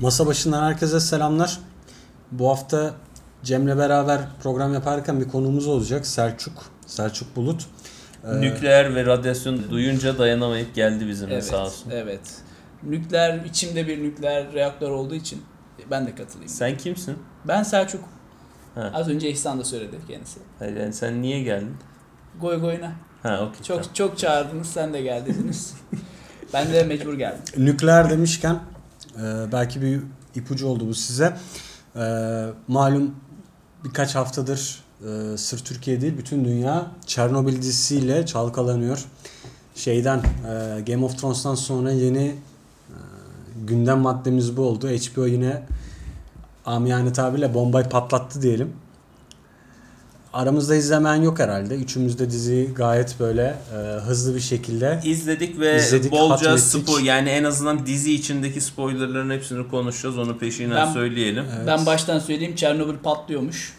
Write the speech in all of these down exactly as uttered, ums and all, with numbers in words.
Masa başından herkese selamlar. Bu hafta Cem'le beraber program yaparken bir konuğumuz olacak. Selçuk. Selçuk Bulut. Ee, Nükleer ve radyasyon duyunca dayanamayıp geldi bizimle, evet, sağ olsun. Evet. Nükleer, içimde bir nükleer reaktör olduğu için ben de katılayım. Sen kimsin? Ben Selçuk. Ha. Az önce İhsan da söyledi kendisi. Hayır, yani sen niye geldin? Goy goyuna. Ha, okey. Çok tamam. Çok çağırdınız, sen de geldiniz. Ben de mecbur geldim. Nükleer demişken e, belki bir ipucu oldu bu size. E, malum birkaç haftadır e, sırf Türkiye değil bütün dünya Çernobil dizisiyle çalkalanıyor. Şeyden e, Game of Thrones'tan sonra yeni e, gündem maddemiz bu oldu. H B O yine amiyane tabirle bombayı patlattı diyelim. Aramızda izlemeyen yok herhalde. Üçümüz de diziyi gayet böyle e, hızlı bir şekilde izledik ve izledik, bolca spoiler, yani en azından dizi içindeki spoilerların hepsini konuşacağız. Onu peşinden ben, söyleyelim. Evet. Ben baştan söyleyeyim, Çernobil patlıyormuş.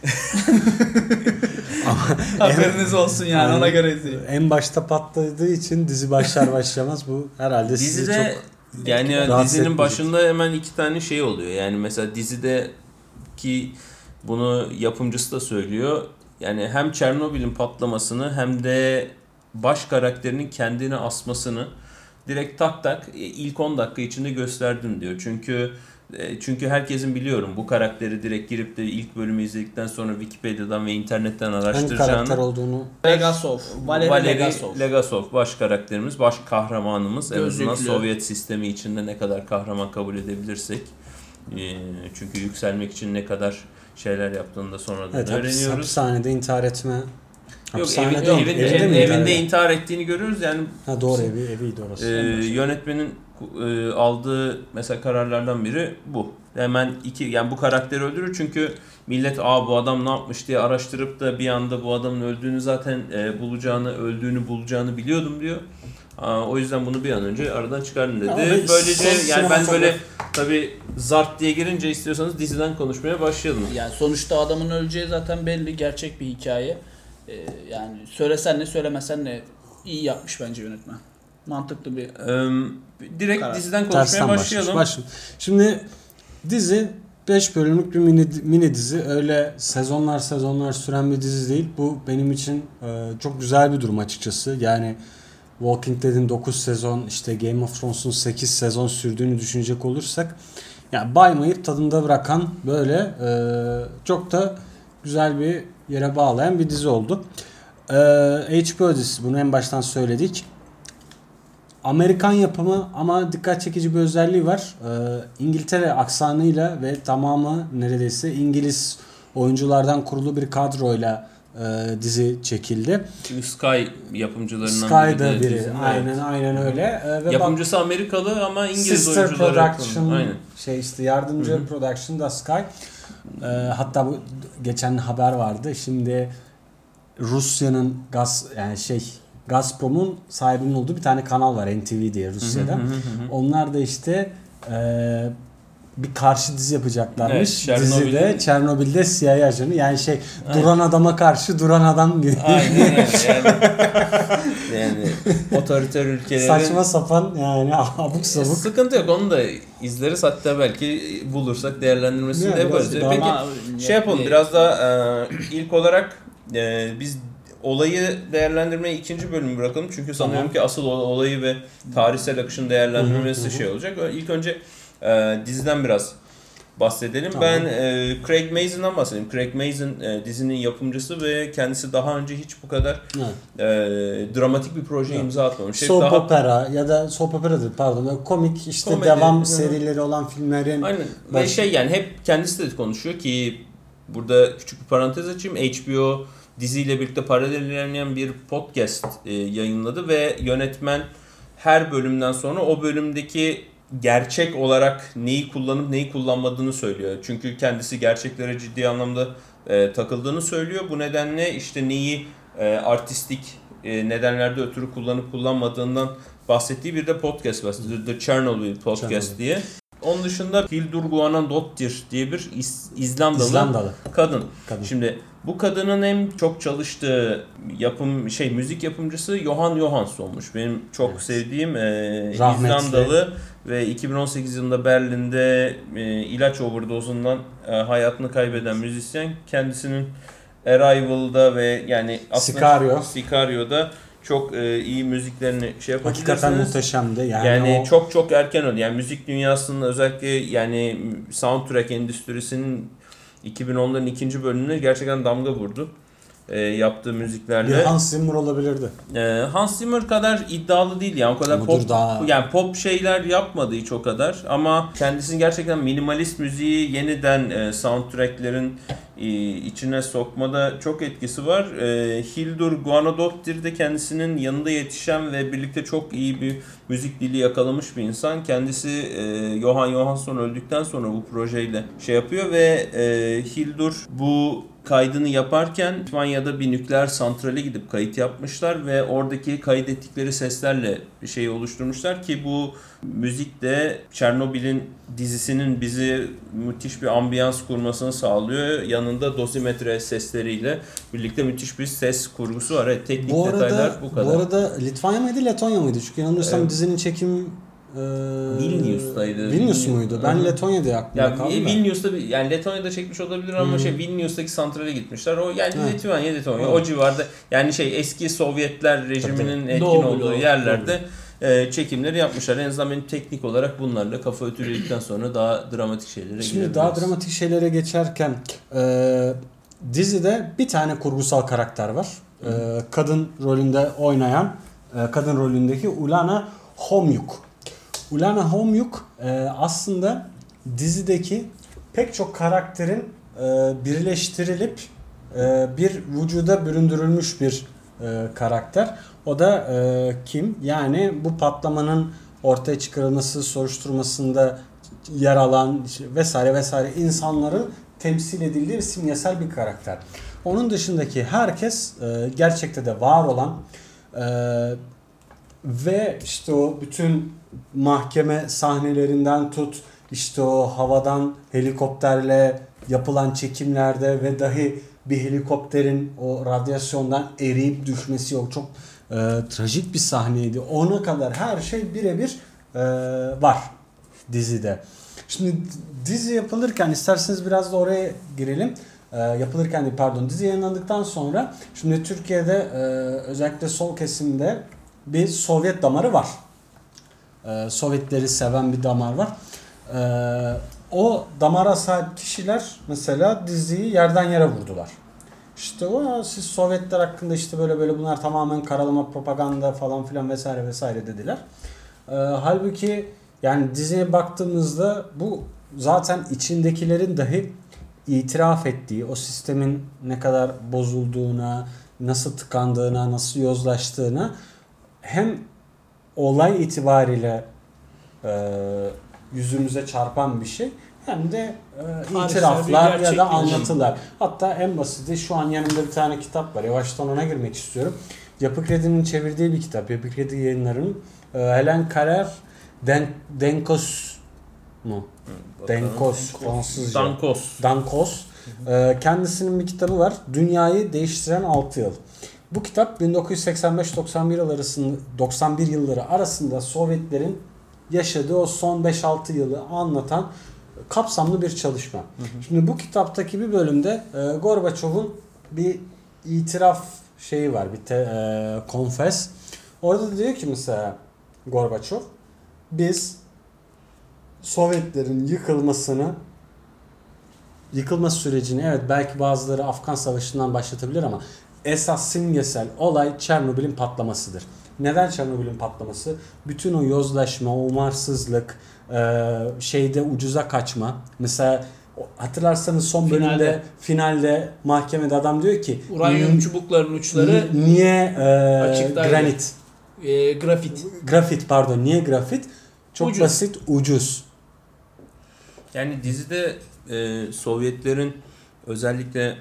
Haberiniz olsun yani, yani ona göre izleyin. En başta patladığı için dizi başlar başlamaz bu herhalde dizide, sizi çok yani dizinin başında hemen iki tane şey oluyor. Yani mesela dizide ki bunu yapımcısı da söylüyor. Yani hem Çernobil'in patlamasını hem de baş karakterinin kendini asmasını direkt tak tak ilk on dakika içinde gösterdim diyor. Çünkü çünkü herkesin biliyorum bu karakteri direkt girip de ilk bölümü izledikten sonra Wikipedia'dan ve internetten araştıracağını. Hangi karakter olduğunu. Legasov. Valeri, Valeri Legasov. Legasov baş karakterimiz, baş kahramanımız. En azından Sovyet sistemi içinde ne kadar kahraman kabul edebilirsek. Çünkü yükselmek için ne kadar şeyler yaptığını da sonradan evet, öğreniyoruz. Hapishanede intihar etme. Yok, evi, evinde, evinde, evinde, evinde intihar ettiğini görüyoruz yani. Ha doğru, evi eviydi orası. E, yönetmenin e, aldığı mesela kararlardan biri bu. Hemen iki, yani bu karakteri öldürür çünkü millet aa bu adam ne yapmış diye araştırıp da bir anda bu adamın öldüğünü zaten e, bulacağını, öldüğünü bulacağını biliyordum diyor. Aa, o yüzden bunu bir an önce aradan çıkarın dedi. Abi, böylece yani ben böyle tabii zart diye girince istiyorsanız diziden konuşmaya başlayalım. Yani sonuçta adamın öleceği zaten belli, gerçek bir hikaye. Ee, yani söylesen ne söylemesen ne iyi yapmış bence yönetmen. Mantıklı bir ee, direkt karar. Diziden konuşmaya Tersten başlayalım. Başlayalım. Şimdi dizi beş bölümlük bir mini, mini dizi. Öyle sezonlar sezonlar süren bir dizi değil. Bu benim için e, çok güzel bir durum açıkçası. Yani Walking Dead'in dokuz sezon, işte Game of Thrones'un sekiz sezon sürdüğünü düşünecek olursak yani baymayıp tadında bırakan böyle e, çok da güzel bir yere bağlayan bir dizi oldu. E, H B O dizisi, bunu en baştan söyledik. Amerikan yapımı ama dikkat çekici bir özelliği var. E, İngiltere aksanıyla ve tamamı neredeyse İngiliz oyunculardan kurulu bir kadroyla e, dizi çekildi. Çünkü Sky yapımcılarından Sky'da biri. biri. Aynen evet. aynen öyle. E, ve yapımcısı bak, Amerikalı ama İngiliz Sister oyuncuları. Production aynen. Şey işte yardımcı Hı-hı. Production da Sky. E, hatta bu geçen haber vardı. Şimdi Rusya'nın gaz yani şey Gazprom'un sahibinin olduğu bir tane kanal var, N T V diye Rusya'da. Hı hı hı. Onlar da işte e, bir karşı dizi yapacaklarmış. Evet, dizide Çernobil'de C I A ajanı, yani şey aynen. Duran adama karşı duran adam gibi. Aynen yani. Yani otoriter ülkelerin saçma sapan yani abuk sabuk. Sıkıntı yok, onu da izleriz, hatta belki bulursak değerlendirmesini de yaparız. Peki şey yapalım, biraz daha e, ilk olarak e, biz olayı değerlendirmeyi ikinci bölümü bırakalım. Çünkü sanıyorum tamam. ki asıl olayı ve tarihsel akışın değerlendirmesi hı hı, şey olacak. İlk önce e, diziden biraz bahsedelim. Tamam. Ben e, Craig Mazin'dan bahsedeyim. Craig Mazin e, dizinin yapımcısı ve kendisi daha önce hiç bu kadar e, dramatik bir projeye evet. imza atmamış. Soap daha... opera ya da soap opera değil pardon. Komik işte komedi, devam hı. serileri olan filmlerin. Aynen. Baş... Ve şey yani hep kendisi de konuşuyor ki burada küçük bir parantez açayım. H B O diziyle birlikte paralel ilerleyen bir podcast e, yayınladı ve yönetmen her bölümden sonra o bölümdeki gerçek olarak neyi kullanıp neyi kullanmadığını söylüyor. Çünkü kendisi gerçeklere ciddi anlamda e, takıldığını söylüyor. Bu nedenle işte neyi e, artistik e, nedenlerde ötürü kullanıp kullanmadığından bahsettiği bir de podcast var. The Chernobyl Podcast Chernobyl. diye. Onun dışında Hildur Guðnadóttir diye bir İz, İzlandalı, İzlandalı kadın. kadın. Şimdi bu kadının en çok çalıştığı yapım şey müzik yapımcısı Jóhann Jóhannsson'muş. Benim çok evet. sevdiğim e, İzlandalı ve iki bin on sekiz yılında Berlin'de e, ilaç overdose'undan e, hayatını kaybeden müzisyen kendisinin Arrival'da ve yani aslında Sicario. Sicario'da çok e, iyi müziklerini şey yapabilirsiniz. Hakikaten muhteşemdi. Yani, Yani o... çok çok erken öldü. Yani müzik dünyasının özellikle yani soundtrack endüstrisinin iki bin onların ikinci bölümüne gerçekten damga vurdu. E, yaptığı müziklerle. Bir Hans Zimmer olabilirdi. E, Hans Zimmer kadar iddialı değil yani o kadar Budur pop daha... yani pop şeyler yapmadı hiç o kadar ama kendisinin gerçekten minimalist müziği yeniden e, soundtracklerin e, içine sokmada çok etkisi var. E, Hildur Guðnadóttir de kendisinin yanında yetişen ve birlikte çok iyi bir müzik dili yakalamış bir insan. Kendisi e, Johan Johansson öldükten sonra bu projeyle şey yapıyor ve e, Hildur bu kaydını yaparken Litvanya'da bir nükleer santrale gidip kayıt yapmışlar ve oradaki kaydettikleri seslerle bir şey oluşturmuşlar ki bu müzik de Çernobil'in dizisinin bizi müthiş bir ambiyans kurmasını sağlıyor. Yanında dosimetre sesleriyle birlikte müthiş bir ses kurgusu var. Evet, teknik bu arada, detaylar bu kadar. Bu arada Litvanya mıydı, Letonya mıydı? Çünkü yanılmıyorsam evet. Dizinin çekim Ee, Vilnius'taydı. Vilnius muydu? Ben Hı-hı. Letonya diye aklımda ya, kaldı. Vilnius'ta bir, yani Letonya'da çekmiş olabilir ama Hı-hı. şey Vilnius'taki santrale gitmişler. O yani evet. Litvanya, Letonya o civarda yani şey eski Sovyetler rejiminin Tabii. etkin Doğru, olduğu doğru, yerlerde doğru. çekimleri yapmışlar. En azından benim teknik olarak bunlarla kafa ötüledikten sonra daha dramatik şeylere Şimdi daha dramatik şeylere geçerken e, dizide bir tane kurgusal karakter var. E, kadın rolünde oynayan e, kadın rolündeki Ulana Homyuk. Ulana Homyuk e, aslında dizideki pek çok karakterin e, birleştirilip e, bir vücuda büründürülmüş bir e, karakter. O da e, kim? Yani bu patlamanın ortaya çıkarılması, soruşturmasında yer alan vesaire vesaire insanların temsil edildiği simgesel bir karakter. Onun dışındaki herkes e, gerçekte de var olan e, ve işte o bütün mahkeme sahnelerinden tut, işte o havadan helikopterle yapılan çekimlerde ve dahi bir helikopterin o radyasyondan eriyip düşmesi yok. Çok e, trajik bir sahneydi. Ona kadar her şey birebir e, var dizide. Şimdi dizi yapılırken isterseniz biraz da oraya girelim. E, yapılırken değil, pardon dizi yayınlandıktan sonra şimdi Türkiye'de e, özellikle sol kesimde bir Sovyet damarı var. Ee, Sovyetleri seven bir damar var. Ee, o damara sahip kişiler mesela diziyi yerden yere vurdular. İşte o siz Sovyetler hakkında işte böyle böyle bunlar tamamen karalama propaganda falan filan vesaire vesaire dediler. Ee, halbuki yani diziye baktığımızda bu zaten içindekilerin dahi itiraf ettiği, o sistemin ne kadar bozulduğuna, nasıl tıkandığına, nasıl yozlaştığına hem olay itibariyle e, yüzümüze çarpan bir şey hem de e, itiraflar ya da anlatılar. Hatta en basiti şu an yanımda bir tane kitap var. Yavaştan ona girmek istiyorum. Yapı Kredi'nin çevirdiği bir kitap. Yapı Kredi Yayınları'nın e, Helen Keller Den, Denkos mu? Denkos Fransızca. Dankos. Dankos. E, kendisinin bir kitabı var. Dünyayı Değiştiren altı Yıl. Bu kitap bin dokuz yüz seksen beş doksan bir yıl arasında doksan bir yılları arasında Sovyetlerin yaşadığı o son beş altı yılı anlatan kapsamlı bir çalışma. Hı hı. Şimdi bu kitaptaki bir bölümde e, Gorbaçov'un bir itiraf şeyi var, bir te, e, confess. Orada da diyor ki mesela Gorbaçov, biz Sovyetlerin yıkılmasını yıkılma sürecini evet belki bazıları Afgan Savaşı'ndan başlatabilir ama esas simgesel olay Çernobil'in patlamasıdır. Neden Çernobil'in patlaması? Bütün o yozlaşma, o umarsızlık, şeyde ucuza kaçma. Mesela hatırlarsanız son finalde. bölümde finalde mahkemede adam diyor ki uranyum çubuklarının uçları niye e, granit? E, grafit. Grafit pardon. Niye grafit? Çok ucuz. Basit, ucuz. Yani dizide e, Sovyetlerin özellikle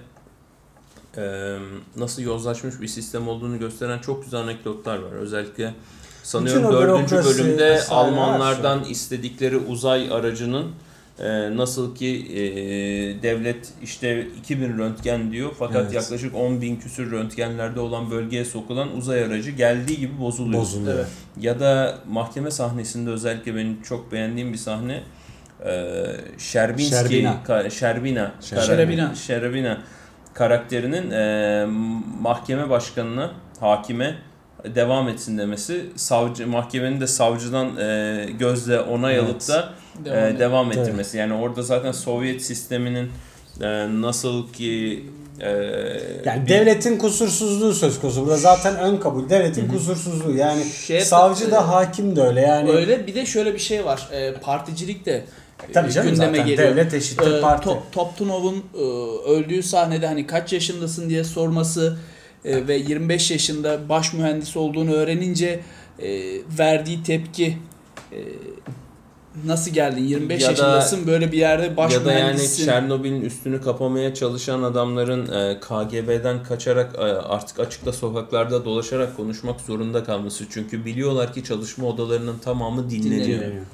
Ee, nasıl yozlaşmış bir sistem olduğunu gösteren çok güzel anekdotlar var. Özellikle sanıyorum dördüncü bölümde Almanlardan istedikleri uzay aracının Ee, nasıl ki e, devlet işte iki bin röntgen diyor fakat Evet. yaklaşık on bin küsür röntgenlerde olan bölgeye sokulan uzay aracı geldiği gibi bozuluyor. Bozuluyor. Evet. Ya da mahkeme sahnesinde özellikle benim çok beğendiğim bir sahne e, Şerbinski, Şerbina. Ka- Şerbina, Şerbina. Şerebina. Şerbina karakterinin e, mahkeme başkanına, hakime devam etsin demesi, savcı mahkemenin de savcıdan e, gözle onay Evet. alıp da Devam e, et. devam ettirmesi. Yani orada zaten Sovyet sisteminin e, nasıl ki e, Yani bir- devletin kusursuzluğu söz konusu. Burada zaten ön kabul. Devletin kusursuzluğu. Yani Şeye savcı tat- da hakim de öyle. Yani Öyle bir de şöyle bir şey var. E, particilik de e, tabii canım gündeme zaten geliyor. devlet eşittir Ee, parti. Top, Toptunov'un e, öldüğü sahnede hani kaç yaşındasın diye sorması e, ve yirmi beş yaşında baş mühendis olduğunu öğrenince e, verdiği tepki e, nasıl geldin yirmi beş Ya da- yaşındasın böyle bir yerde baş ya da yani mühendissin. Çernobil'in üstünü kapamaya çalışan adamların e, K G B'den kaçarak e, artık açıkta sokaklarda dolaşarak konuşmak zorunda kalması. Çünkü biliyorlar ki çalışma odalarının tamamı dinleniyor. Dinleniyor.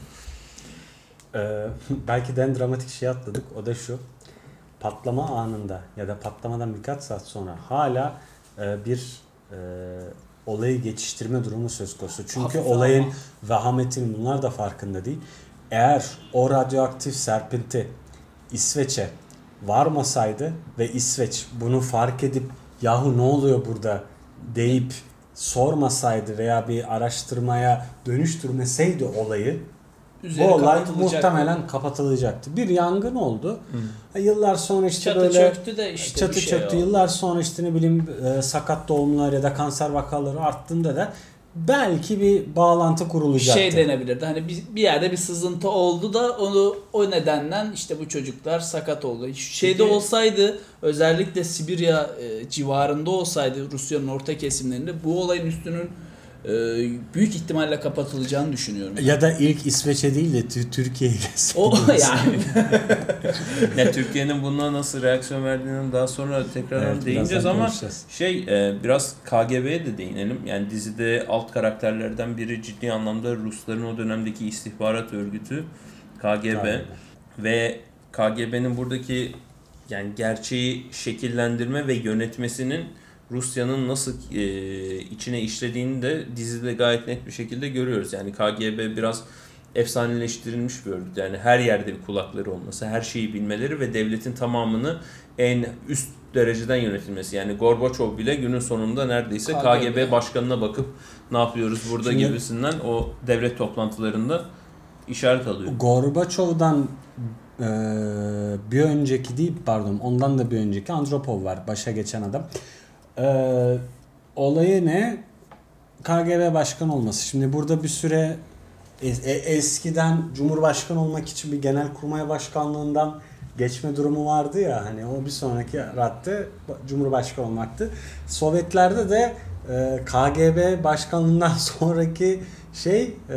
Ee, belki de en dramatik şey atladık. O da şu. Patlama anında ya da patlamadan birkaç saat sonra hala e, bir e, olayı geçiştirme durumu söz konusu. Çünkü Hafife olayın ama. vehametinin bunlar da farkında değil. Eğer o radyoaktif serpinti İsveç'e varmasaydı ve İsveç bunu fark edip yahu ne oluyor burada deyip sormasaydı veya bir araştırmaya dönüştürmeseydi olayı, Üzeri bu olay kapatılacak. muhtemelen kapatılacaktı. Bir yangın oldu. Yıllar sonra işte Çatı böyle çöktü de işte çatı bir şey çöktü. oldu. Yıllar sonra işte ne bileyim e, sakat doğumlar ya da kanser vakaları arttığında da belki bir bağlantı kurulacaktı. Şey denebilirdi. Hani bir, bir yerde bir sızıntı oldu da onu o nedenden işte bu çocuklar sakat oldu. Şeyde Peki- olsaydı özellikle Sibirya e, civarında olsaydı Rusya'nın orta kesimlerinde bu olayın üstünün e, büyük ihtimalle kapatılacağını düşünüyorum. Ya da ilk İsveç'e değil de Tü- Türkiye'ye gelseydi. O yani Ya Türkiye'nin buna nasıl reaksiyon verdiğini daha sonra tekrar Evet, değineceğiz birazdan ama konuşacağız. şey e, biraz K G B'ye de değinelim. Yani dizide alt karakterlerden biri ciddi anlamda Rusların o dönemdeki istihbarat örgütü K G B Aynen. ve K G B'nin buradaki yani gerçeği şekillendirme ve yönetmesinin Rusya'nın nasıl e, içine işlediğini de dizide gayet net bir şekilde görüyoruz. Yani K G B biraz efsaneleştirilmiş bir örgüt. Yani her yerde bir kulakları olması, her şeyi bilmeleri ve devletin tamamını en üst dereceden yönetilmesi. Yani Gorbaçov bile günün sonunda neredeyse K G B K G B başkanına bakıp ne yapıyoruz burada Şimdi- gibisinden o devlet toplantılarında işaret alıyor. Gorbaçov'dan e, bir önceki değil pardon ondan da bir önceki Andropov var. Başa geçen adam. E, olayı ne? K G B başkan olması. Şimdi burada bir süre es- e- eskiden Cumhurbaşkanı olmak için bir genelkurmay başkanlığından geçme durumu vardı ya hani o bir sonraki radde Cumhurbaşkanı olmaktı. Sovyetlerde de e, K G B başkanlığından sonraki şey e,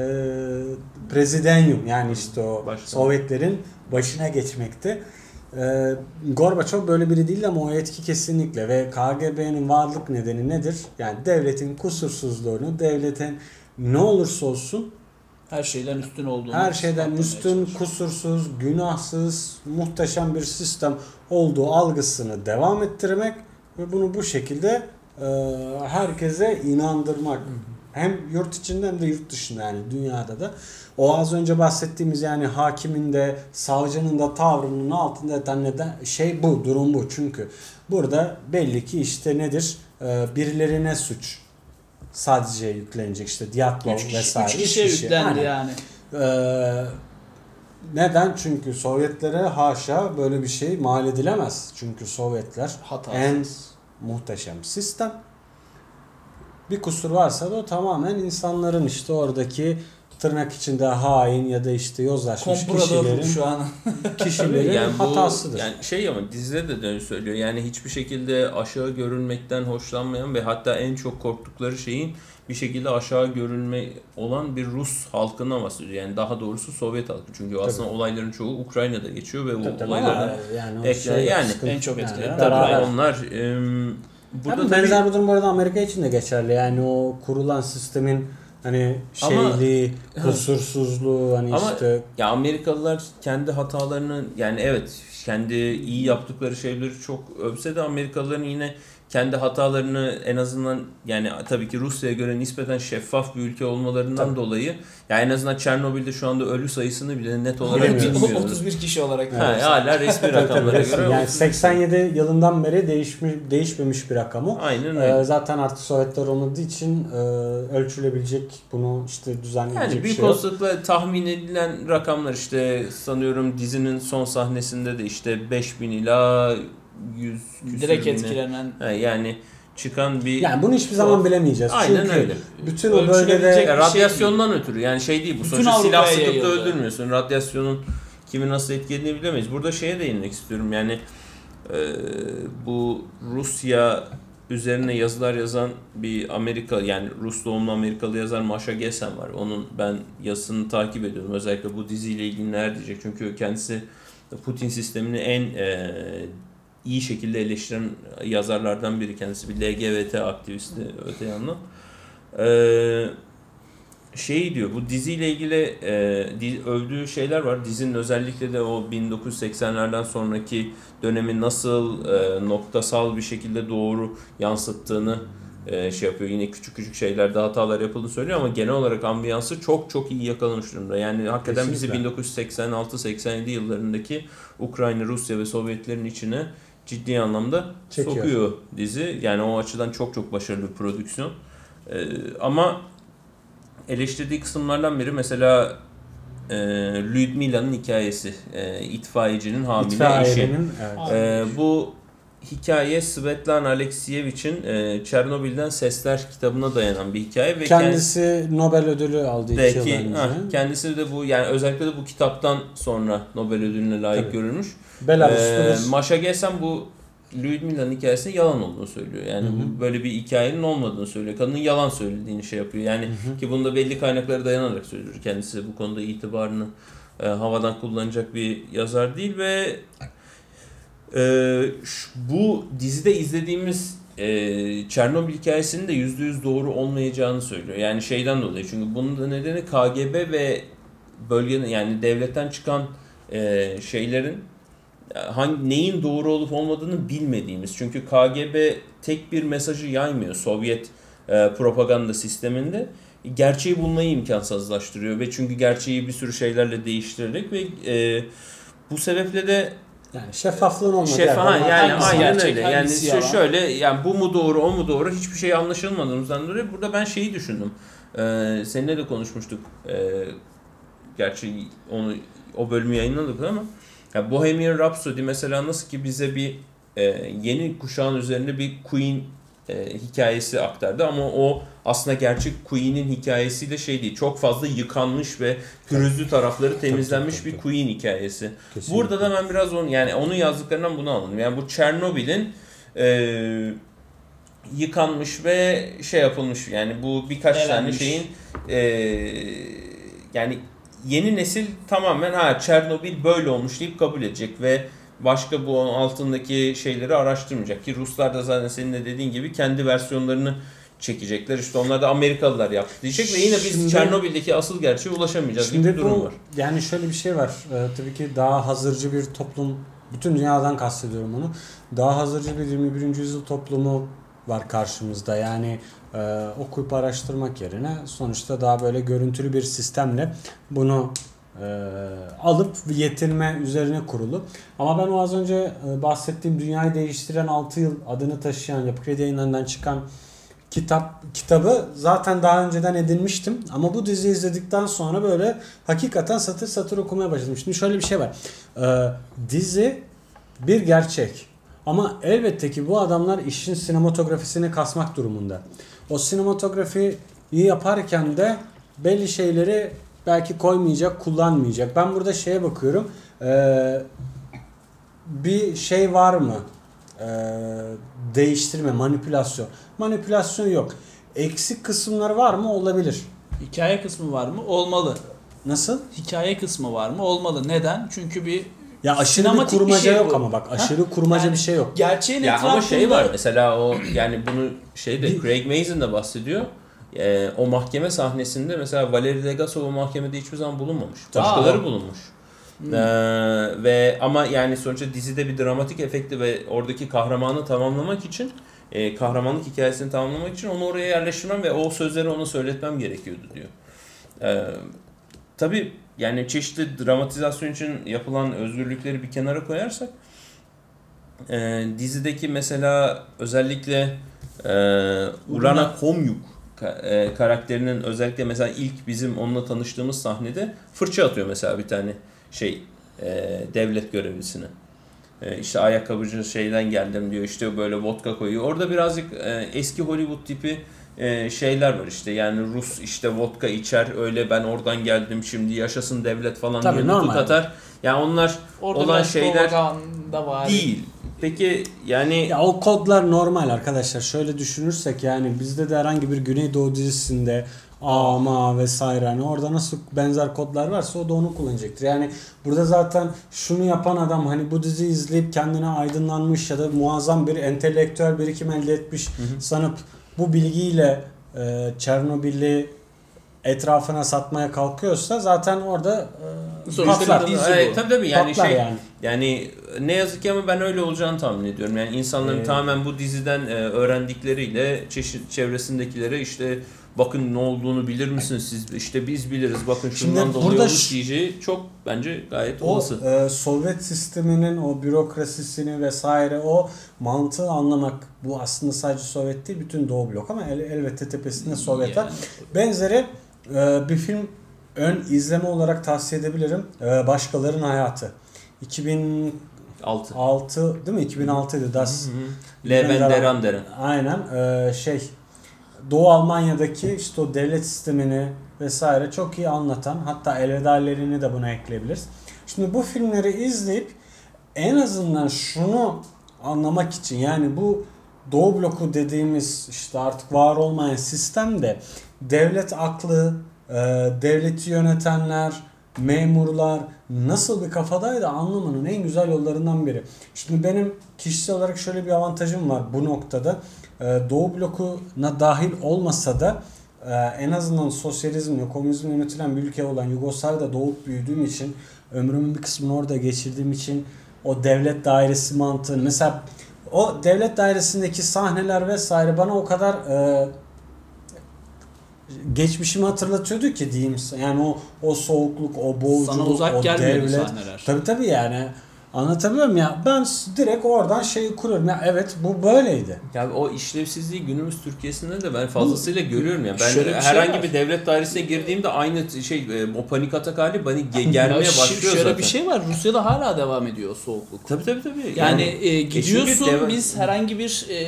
prezidenyum yani işte o Başkan. Sovyetlerin başına geçmekti. E, Gorbaçov böyle biri değil ama o etki kesinlikle ve K G B'nin varlık nedeni nedir? Yani devletin kusursuzluğunu, devletin ne olursa olsun her şeyden üstün olduğunu her şeyden ispatlamaya üstün, çalışıyor. kusursuz, günahsız, muhteşem bir sistem olduğu algısını devam ettirmek ve bunu bu şekilde e, herkese inandırmak. Hem yurt içinde hem de yurt dışında yani dünyada da. O az önce bahsettiğimiz yani hakimin de savcının da tavrının altında yatan neden şey bu, durum bu. Çünkü burada belli ki işte nedir? E, birilerine suç sadece yüklenecek işte Diatlov Üç kişi, vesaire. üç kişiye kişi. yüklendi Aynen. yani. Ee, neden? Çünkü Sovyetlere haşa böyle bir şey mal edilemez. Çünkü Sovyetler Hatasız. en muhteşem sistem. Bir kusur varsa da o tamamen insanların işte oradaki tırnak içinde hain ya da işte yozlaşmış Komprador kişilerin şu an. kişilerin Yani bu- hatasıdır. Yani şey ama dizide de dönüş söylüyor. Yani hiçbir şekilde aşağı görülmekten hoşlanmayan ve hatta en çok korktukları şeyin bir şekilde aşağı görülme olan bir Rus halkına bahsediyor. Yani daha doğrusu Sovyet halkı. Çünkü aslında olayların çoğu Ukrayna'da geçiyor ve Tabii o tabii olaylardan ama yani o ekle- şey yani sıkıntı- en çok etkileyen tabii beraber- onlar em, burada Tabii tabii- benzer bir durum bu arada Amerika için de geçerli. Yani o kurulan sistemin hani Ama- şeyli, kusursuzluğu hani Ama işte ya Amerikalılar kendi hatalarını yani evet kendi iyi yaptıkları şeyleri çok övse de Amerikalıların yine kendi hatalarını en azından yani tabii ki Rusya'ya göre nispeten şeffaf bir ülke olmalarından Tabii. dolayı ya en azından Çernobil'de şu anda ölü sayısını bile net olarak Bilemiyoruz. bilmiyoruz. otuz bir kişi olarak. Ha, hala resmi rakamlara Tabii, göre. yani otuz- seksen yedi yılından beri değişmiş değişmemiş bir rakam o. Aynen öyle. Ee, zaten artık Sovyetler olmadığı için e, ölçülebilecek, bunu işte düzenleyebilecek Yani bir büyük şey yok. olasılıkla tahmin edilen rakamlar işte sanıyorum dizinin son sahnesinde de işte beş bin ila yüz küsür Direkt bine- etkilenen. Ha, yani çıkan bir Yani bunu hiçbir zaman bilemeyeceğiz. Aynen Çünkü öyle. bütün o Ölçülebilecek bölgede Ya bir şey radyasyondan ötürü yani şey değil bu. Bütün Sonuçta silah Avrupa'ya sıkıp da yayıldı. öldürmüyorsun. Radyasyonun kimi nasıl etkilediğini bilemeyiz. Burada şeye değinmek istiyorum yani e, bu Rusya üzerine yazılar yazan bir Amerika yani Rus doğumlu Amerikalı yazar Masha Gessen var. Onun ben yazısını takip ediyorum. Özellikle bu diziyle ilgili neler diyecek. Çünkü kendisi Putin sistemini en e, iyi şekilde eleştiren yazarlardan biri. Kendisi bir L G B T aktivisti öte yandan. Eee şey diyor bu diziyle ilgili e, di, övdüğü şeyler var. Dizinin özellikle de o bin dokuz yüz seksenlerden sonraki dönemi nasıl e, noktasal bir şekilde doğru yansıttığını e, şey yapıyor. Yine küçük küçük şeylerde hatalar yapıldığını söylüyor ama genel olarak ambiyansı çok çok iyi yakalamış durumda. Yani hakikaten bizi Kesinlikle. bin dokuz yüz seksen altı seksen yedi yıllarındaki Ukrayna, Rusya ve Sovyetlerin içine ciddi anlamda Çekiyor. sokuyor dizi. Yani o açıdan çok çok başarılı bir prodüksiyon. E, ama eleştirdiği kısımlardan biri mesela e, Lyudmila'nın hikayesi. E, itfaiyecinin hamile eşi. itfaiyenin evet. E, bu hikaye Svetlana Alekseyevich'in e, Çernobil'den Sesler kitabına dayanan bir hikaye ve kendisi Nobel ödülü aldı iki yıl kendisi, önce. ha, kendisi de bu yani özellikle de bu kitaptan sonra Nobel ödülüne layık Tabii. görülmüş. Belarus'ta E, bir Masha Gessen bu Lyudmila'nın hikayesinin yalan olduğunu söylüyor. Yani Hı hı. bu böyle bir hikayenin olmadığını söylüyor. Kadının yalan söylediğini şey yapıyor. Yani Hı hı. ki bunda belli kaynaklara dayanarak söylüyor. Kendisi bu konuda itibarını e, havadan kullanacak bir yazar değil ve e, şu, bu dizide izlediğimiz e, Çernobil hikayesinin de yüzde yüz doğru olmayacağını söylüyor. Yani şeyden dolayı çünkü bunun da nedeni K G B ve bölgenin yani devletten çıkan e, şeylerin hangi neyin doğru olup olmadığını bilmediğimiz. Çünkü K G B tek bir mesajı yaymıyor Sovyet e, propaganda sisteminde. Gerçeği bulmayı imkansızlaştırıyor ve çünkü gerçeği bir sürü şeylerle değiştirerek ve e, bu sebeple de yani şeffaflığın olmadığı şeffaf yerden yani hangisi aynen gerçek, öyle. Yani hangisi şu yalan? şöyle yani bu mu doğru o mu doğru hiçbir şey anlaşılmadığımızdan dolayı burada ben şeyi düşündüm. Ee, seninle de konuşmuştuk. Ee, gerçi onu o bölümü yayınladık ama ya Bohemian Rhapsody mesela nasıl ki bize bir e, yeni kuşağın üzerinde bir Queen e, hikayesi aktardı ama o aslında gerçek Queen'in hikayesiyle şey değil. Çok fazla yıkanmış ve pürüzlü tarafları temizlenmiş tabii, tabii, bir Queen hikayesi. Kesinlikle. Burada da ben biraz onu yani onun yazdıklarından bunu anladım. Yani bu Çernobil'in e, yıkanmış ve şey yapılmış yani bu birkaç Elenmiş. tane şeyin e, yani yeni nesil tamamen ha Çernobil böyle olmuş deyip kabul edecek ve başka bu altındaki şeyleri araştırmayacak ki Ruslar da zaten senin de dediğin gibi kendi versiyonlarını çekecekler. İşte onlar da Amerikalılar yaptı diyecek ve yine biz Şimdi- Çernobil'deki asıl gerçeğe ulaşamayacağız gibi bir Şimdi durum bu var. yani şöyle bir şey var. Ee, tabii ki daha hazırcı bir toplum, bütün dünyadan kastediyorum onu. Daha hazırcı bir yirmi birinci yüzyıl toplumu var karşımızda. Yani e, okuyup araştırmak yerine sonuçta daha böyle görüntülü bir sistemle bunu e, alıp yetinme üzerine kurulu. Ama ben o az önce e, bahsettiğim Dünyayı Değiştiren altı Yıl adını taşıyan Yapı Kredi Yayınları'ndan çıkan kitap kitabı zaten daha önceden edinmiştim ama bu diziyi izledikten sonra böyle hakikaten satır satır okumaya başladım. Şimdi şöyle bir şey var. Ee, dizi bir gerçek ama elbette ki bu adamlar işin sinematografisini kasmak durumunda. O sinematografiyi yaparken de belli şeyleri belki koymayacak, kullanmayacak. Ben burada şeye bakıyorum. Ee, bir şey var mı? Ee, değiştirme, manipülasyon. Manipülasyon yok. Eksik kısımları var mı? Olabilir. Hikaye kısmı var mı? Olmalı. Nasıl? Hikaye kısmı var mı? Olmalı. Neden? Çünkü bir Ya aşırı bir sinematik bir kurmaca şey yok bu. ama bak Ha? aşırı kurmaca Yani bir şey yok. gerçeğin Ya etrafında ama şey var mesela o yani bunu şeyde Bir- Craig Mazin de bahsediyor. e, o mahkeme sahnesinde mesela Valery Legasov o mahkemede hiçbir zaman bulunmamış. Başkaları Aa. bulunmuş. Hmm. Ee, ve ama yani sonuçta dizide bir dramatik efekti ve oradaki kahramanı tamamlamak için e, kahramanlık hikayesini tamamlamak için onu oraya yerleştirmem ve o sözleri ona söyletmem gerekiyordu diyor. Ee, tabii yani çeşitli dramatizasyon için yapılan özgürlükleri bir kenara koyarsak e, dizideki mesela özellikle e, Urana Komyuk e, karakterinin özellikle mesela ilk bizim onunla tanıştığımız sahnede fırça atıyor mesela bir tane şey e, devlet görevlisine. E, işte ayakkabıcı şeyden geldim diyor, işte böyle vodka koyuyor. Orada birazcık e, eski Hollywood tipi e, şeyler var işte, yani Rus işte vodka içer öyle ben oradan geldim şimdi yaşasın devlet falan Tabii, diye normal. nutuk atar. Yani onlar Orada olan biraz şeyler propaganda var. değil. Peki yani Ya o kodlar normal arkadaşlar. Şöyle düşünürsek yani bizde de herhangi bir Güneydoğu dizisinde ama vesaire hani orada nasıl benzer kodlar varsa o da onu kullanacaktır. Yani burada zaten şunu yapan adam hani bu diziyi izleyip kendine aydınlanmış ya da muazzam bir entelektüel birikim elde etmiş Hı hı. sanıp bu bilgiyle e, Çernobil'i etrafına satmaya kalkıyorsa zaten orada e, Sonuçta patlar. bir dizi Evet, bu. tabii tabii yani Patlar şey yani. yani ne yazık ki ama ben öyle olacağını tahmin ediyorum. Yani insanların Ee, tamamen bu diziden e, öğrendikleriyle çeşit çevresindekilere işte bakın ne olduğunu bilir misiniz siz, işte biz biliriz bakın şundan Şimdi dolayı burada olmuş ş- diyeceği çok bence gayet O olası. e, Sovyet sisteminin o bürokrasisini vesaire o mantığı anlamak, bu aslında sadece Sovyet değil bütün Doğu blok ama el, elbette tepesinde Sovyet var. Yani, Benzeri e, bir film ön izleme olarak tavsiye edebilirim. E, Başkalarının Hayatı. iki bin altı. altı değil mi? iki bin altıydı Das. Leven Deran Deren. Aynen. E, şey Doğu Almanya'daki işte o devlet sistemini vesaire çok iyi anlatan, hatta elvedalerini de buna ekleyebiliriz. Şimdi bu filmleri izleyip en azından şunu anlamak için, yani bu Doğu bloku dediğimiz işte artık var olmayan sistemde devlet aklı, e, devleti yönetenler, memurlar nasıl bir kafadaydı anlamanın en güzel yollarından biri. Şimdi benim kişisel olarak şöyle bir avantajım var bu noktada. Doğu blokuna dahil olmasa da en azından sosyalizmle, komünizmle yönetilen bir ülke olan Yugoslavya'da doğup büyüdüğüm için, ömrümün bir kısmını orada geçirdiğim için o devlet dairesi mantığını, mesela o devlet dairesindeki sahneler vesaire bana o kadar e, geçmişimi hatırlatıyordu ki diyeyim. Yani o o soğukluk, o boğuculuk, Sana uzak o gelmiyordu devlet. sahneler. Tabii tabii yani. Anlatabiliyor muyum ya? Ben direkt oradan şeyi kuruyorum. Ya evet bu böyleydi. Ya o işlevsizliği günümüz Türkiye'sinde de ben fazlasıyla görüyorum ya. Ben Şöyle bir şey herhangi var. bir devlet dairesine girdiğimde aynı şey e, o panik atak hali beni ge- germeye Ya ş- başlıyor şöyle zaten. bir şey var. Rusya'da hala devam ediyor o soğukluk. Tabii tabii tabii. Yani e, gidiyorsun deva- biz herhangi bir e,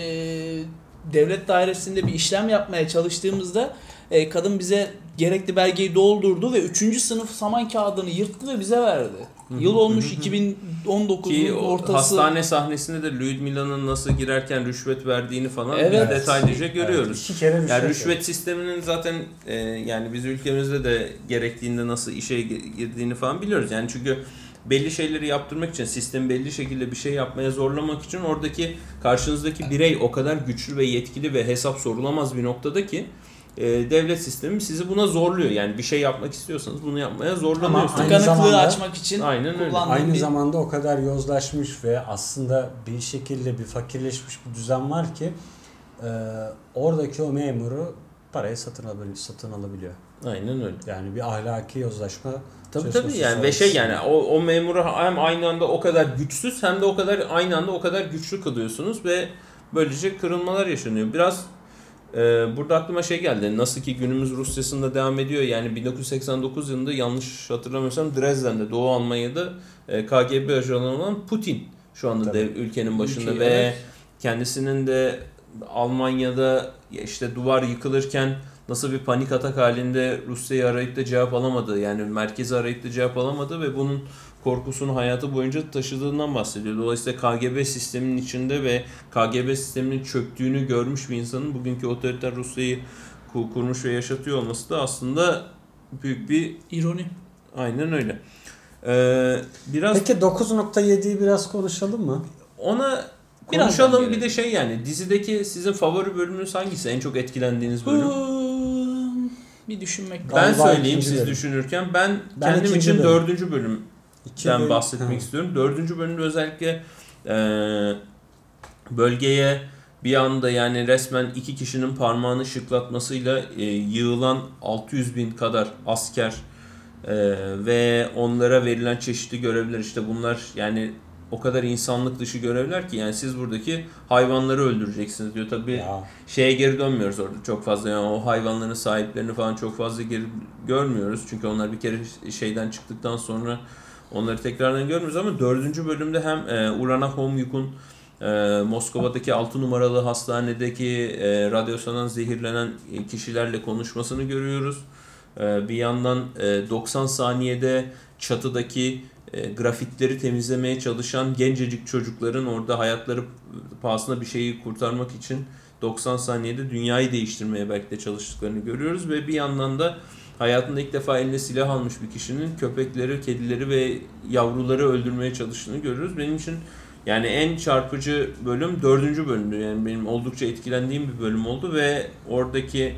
devlet dairesinde bir işlem yapmaya çalıştığımızda e, kadın bize gerekli belgeyi doldurdu ve üçüncü sınıf saman kağıdını yırttı ve bize verdi. Yıl olmuş iki bin on dokuzun Ki o ortası. hastane sahnesinde de Lyudmila'nın nasıl girerken rüşvet verdiğini falan Evet. biz detaylıca görüyoruz. İki kere rüşvet. Yani rüşvet sisteminin zaten e, yani biz ülkemizde de gerektiğinde nasıl işe girdiğini falan biliyoruz. Yani çünkü belli şeyleri yaptırmak için, sistemi belli şekilde bir şey yapmaya zorlamak için oradaki karşınızdaki birey o kadar güçlü ve yetkili ve hesap sorulamaz bir noktada ki e, devlet sistemi sizi buna zorluyor. Yani bir şey yapmak istiyorsanız bunu yapmaya zorlanıyorsunuz. Aynı Tıkanıklığı zamanda- açmak için Aynen öyle. kullandığım Aynı bir... zamanda o kadar yozlaşmış ve aslında bir şekilde bir fakirleşmiş bir düzen var ki e, oradaki o memuru parayı satın alabiliyor, satın alabiliyor. Aynen öyle. Yani bir ahlaki yozlaşma. Tabii söz tabii konusu yani ve şey aslında. yani o, o memuru hem aynı anda o kadar güçsüz hem de o kadar aynı anda o kadar güçlü kılıyorsunuz ve böylece kırılmalar yaşanıyor. Biraz e, burada aklıma şey geldi. Nasıl ki günümüz Rusya'sında devam ediyor. Yani bin dokuz yüz seksen dokuz yılında yanlış hatırlamıyorsam Dresden'de, Doğu Almanya'da e, K G B ajanı olan Putin şu anda Tabii. dev, ülkenin başında Ülke, ve evet. kendisinin de Almanya'da işte duvar yıkılırken nasıl bir panik atak halinde Rusya'yı arayıp da cevap alamadı. Yani merkezi arayıp da cevap alamadı ve bunun korkusunu hayatı boyunca taşıdığından bahsediyor. Dolayısıyla K G B sisteminin içinde ve K G B sisteminin çöktüğünü görmüş bir insanın bugünkü otoriter Rusya'yı kurmuş ve yaşatıyor olması da aslında büyük bir ironi. aynen öyle. Ee, biraz Peki dokuz nokta yediyi biraz konuşalım mı? ona Biraz konuşalım. daha Bir de şey yani dizideki sizin favori bölümünüz hangisi? En çok etkilendiğiniz bölüm? bir düşünmek Ben Galiba söyleyeyim ikinci siz bölüm. düşünürken ben, Ben kendim ikinci için bölüm. dördüncü bölümden İki ve- bahsetmek Ha. istiyorum. Dördüncü bölümde özellikle e, bölgeye bir anda yani resmen iki kişinin parmağını şıklatmasıyla e, yığılan altı yüz bin kadar asker e, ve onlara verilen çeşitli görevler, işte bunlar yani o kadar insanlık dışı görevler ki yani siz buradaki hayvanları öldüreceksiniz diyor. Tabii Ya. şeye geri dönmüyoruz orada çok fazla, yani o hayvanların sahiplerini falan çok fazla geri görmüyoruz. Çünkü onlar bir kere şeyden çıktıktan sonra onları tekrardan görmüyoruz ama dördüncü bölümde hem e, Urana Homyuk'un e, Moskova'daki altı numaralı hastanedeki e, radyasyondan zehirlenen kişilerle konuşmasını görüyoruz. E, bir yandan e, doksan saniyede çatıdaki e, grafitleri temizlemeye çalışan gencecik çocukların orada hayatları pahasına bir şeyi kurtarmak için doksan saniyede dünyayı değiştirmeye belki de çalıştıklarını görüyoruz ve bir yandan da hayatında ilk defa eline silah almış bir kişinin köpekleri, kedileri ve yavruları öldürmeye çalıştığını görüyoruz. Benim için yani en çarpıcı bölüm dördüncü bölümdü. Yani benim oldukça etkilendiğim bir bölüm oldu ve oradaki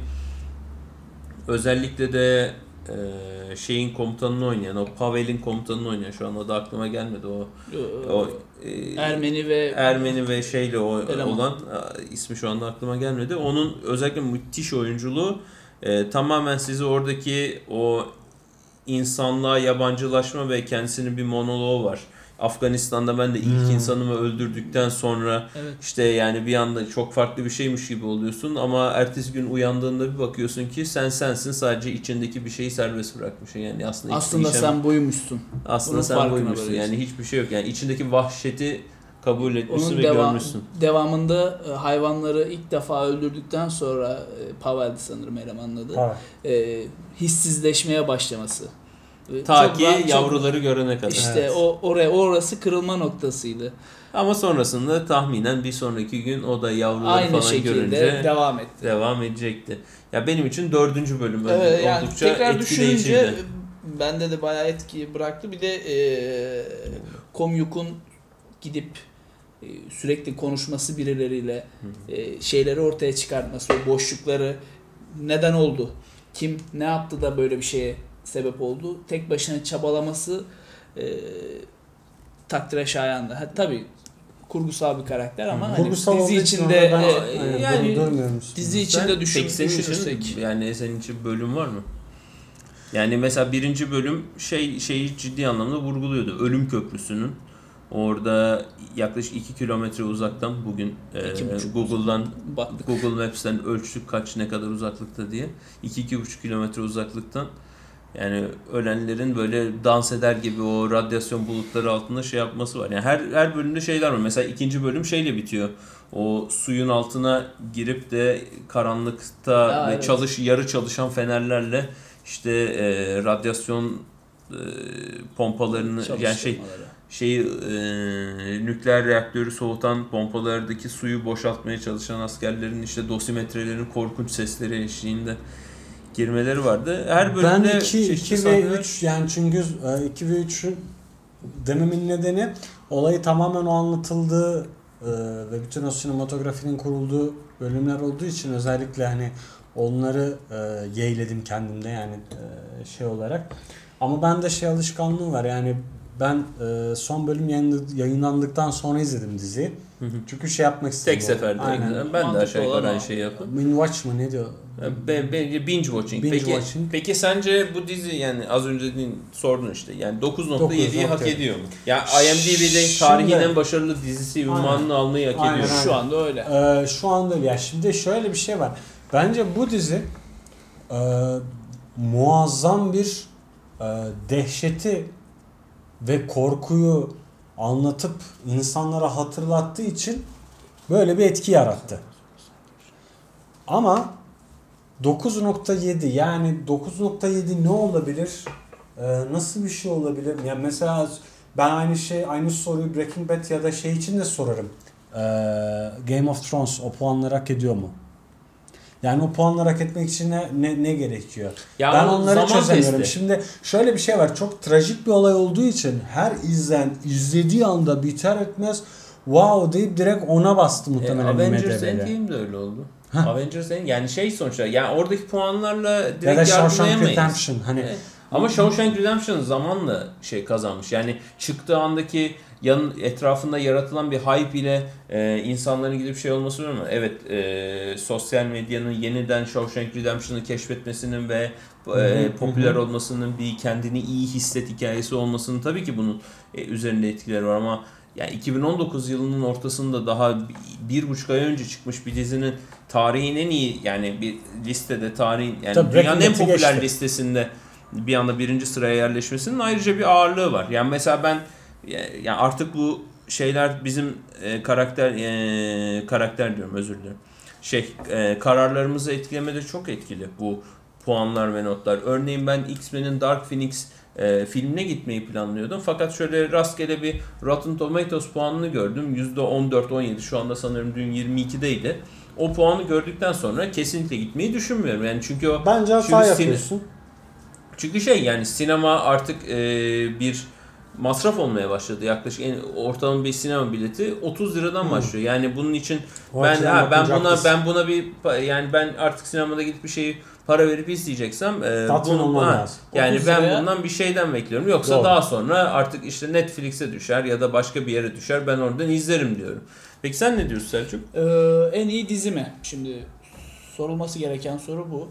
özellikle de e, şeyin komutanını oynayan, o Pavel'in komutanını oynayan, şu an o da aklıma gelmedi o o e, Ermeni ve Ermeni ve şeyle o eleman. olan e, ismi şu anda aklıma gelmedi. Onun özellikle müthiş oyunculuğu e, tamamen sizi oradaki o insanlığa yabancılaşma ve kendisinin bir monoloğu var. Afganistan'da ben de ilk Hmm. insanımı öldürdükten sonra evet. işte yani bir anda çok farklı bir şeymiş gibi oluyorsun ama ertesi gün uyandığında bir bakıyorsun ki sen sensin, sadece içindeki bir şeyi serbest bırakmışsın. Yani aslında Aslında işlem- sen buymuşsun. aslında bunun sen farkına buymuşsun. varıyorsun. Yani hiçbir şey yok. Yani içindeki vahşeti kabul etmişsin Onun ve devam, görmüşsün. devamında e, hayvanları ilk defa öldürdükten sonra e, Pavel'di sanırım elemanın adı. Ha. E, hissizleşmeye başlaması. E, Ta çok ki rahat- çok- yavruları görene kadar. İşte Evet. o oraya orası kırılma noktasıydı. Ama sonrasında tahminen bir sonraki gün o da yavruları Aynı falan şekilde görünce devam etti. devam edecekti. Ya benim için dördüncü bölüm Evet, yani oldukça tekrar etkileyiciydi. düşününce bende de bayağı etki bıraktı. Bir de e, Komyuk'un gidip e, sürekli konuşması birileriyle, e, şeyleri ortaya çıkartması, o boşlukları neden oldu, kim ne yaptı da böyle bir şeye sebep oldu, tek başına çabalaması e, takdire şayandı. Ha, tabii kurgusal bir karakter ama hani Kurgusal dizi olduğu için içinde orada ben- e, aynen, yani dur- durmuyorum üstünde. dizi içinde Sen- düşün, peki senin düşünürsek. için, yani senin için bölüm var mı? Yani mesela birinci bölüm şey şeyi ciddi anlamda vurguluyordu. Ölüm Köprüsü'nün orada yaklaşık iki kilometre uzaktan bugün e, İki buçuk. Google'dan Baktık. Google Maps'ten ölçtük kaç ne kadar uzaklıkta diye. iki iki buçuk kilometre uzaklıktan yani ölenlerin böyle dans eder gibi o radyasyon bulutları altında şey yapması var. Yani her her bölümde şeyler var. Mesela ikinci bölüm şeyle bitiyor. O suyun altına girip de karanlıkta Aa, ve evet. çalış yarı çalışan fenerlerle işte e, radyasyon e, pompalarını yani şey Çalıştırmaları. şeyi e, nükleer reaktörü soğutan pompalardaki suyu boşaltmaya çalışan askerlerin işte dosimetrelerin korkunç sesleri eşliğinde girmeleri vardı. Her bölümde Ben iki, çeşitli iki ve sahneler- üç yani çünkü iki ve üçün dememin nedeni olayı tamamen o anlatıldığı e, ve bütün o sinematografinin kurulduğu bölümler olduğu için özellikle hani onları e, yeğledim kendimde yani e, şey olarak. Ama bende şey alışkanlığı var yani ben e, son bölüm yayınlı- yayınlandıktan sonra izledim diziyi. Hı hı. Çünkü şey yapmak istedim. Tek seferde. Aynen. Ben de Mantıklı aşağı yukarı olan aynı o. şeyi yaptım. Binge watch mı ne diyor? Ben, bence binge watching. Binge peki, watching. peki sence bu dizi yani az önce dediğin sordun işte yani dokuz nokta yediyi hak dokuz nokta yedi. ediyor mu? Yani IMDb'de Şimdi- tarihin en başarılı dizisi ünvanını Aynen. almayı hak Aynen, ediyor. aynen. Şu anda öyle. Ee, şu anda öyle. Ya şimdi şöyle bir şey var. Bence bu dizi e, muazzam bir e, dehşeti ve korkuyu anlatıp insanlara hatırlattığı için böyle bir etki yarattı. Ama dokuz nokta yedi yani dokuz nokta yedi ne olabilir? Ee, nasıl bir şey olabilir? Yani mesela ben aynı şey aynı soruyu Breaking Bad ya da şey için de sorarım. Ee, Game of Thrones o puanları hak ediyor mu? Yani o puanları hak etmek için ne, ne, ne gerekiyor? Ya ben o onları zaman çözemiyorum. testi. Şimdi şöyle bir şey var. Çok trajik bir olay olduğu için her izleyen izlediği anda biter etmez wow deyip direkt ona bastı E, muhtemelen Avengers IMDb'de. Endgame de öyle oldu. Heh. Avengers Endgame yani şey sonuçta yani oradaki puanlarla direkt Ya da Shawshank yargılayamayız. Redemption hani Evet. Ama Shawshank Redemption zamanla şey kazanmış. Yani çıktığı andaki yan etrafında yaratılan bir hype ile e, insanların gidip şey olması var mı? Evet, e, sosyal medyanın yeniden Shawshank Redemption'ı keşfetmesinin ve e, popüler olmasının bir kendini iyi hisset hikayesi olmasının tabii ki bunun e, üzerinde etkileri var ama yani iki bin on dokuz yılının ortasında daha bir buçuk ay önce çıkmış bir dizinin tarihin en iyi yani bir listede tarihin yani tabii dünyanın en Breaking popüler geçti. listesinde bir anda birinci sıraya yerleşmesinin ayrıca bir ağırlığı var. Yani mesela ben yani artık bu şeyler bizim e, karakter e, karakter diyorum özür dilerim. Şey e, kararlarımızı etkilemede çok etkili bu puanlar ve notlar. Örneğin ben X-Men'in Dark Phoenix e, filmine gitmeyi planlıyordum. Fakat şöyle rastgele bir Rotten Tomatoes puanını gördüm. yüzde on dört on yedi şu anda sanırım dün yirmi ikideydi. O puanı gördükten sonra kesinlikle gitmeyi düşünmüyorum. Yani çünkü o bence hata yapıyorsun. Çünkü şey yani sinema artık e, bir masraf olmaya başladı. Yaklaşık en ortalama bir sinema bileti otuz liradan hmm. başlıyor. Yani bunun için o ben ha, ben buna haklısın. ben buna bir yani ben artık sinemada gidip bir şeyi para verip izleyeceksem e, bunu ha, yani ben liraya... bundan bir şeyden bekliyorum. Yoksa Doğru. daha sonra artık işte Netflix'e düşer ya da başka bir yere düşer. Ben oradan izlerim diyorum. Peki sen ne diyorsun Selçuk? Ee, en iyi dizi mi? Şimdi sorulması gereken soru bu.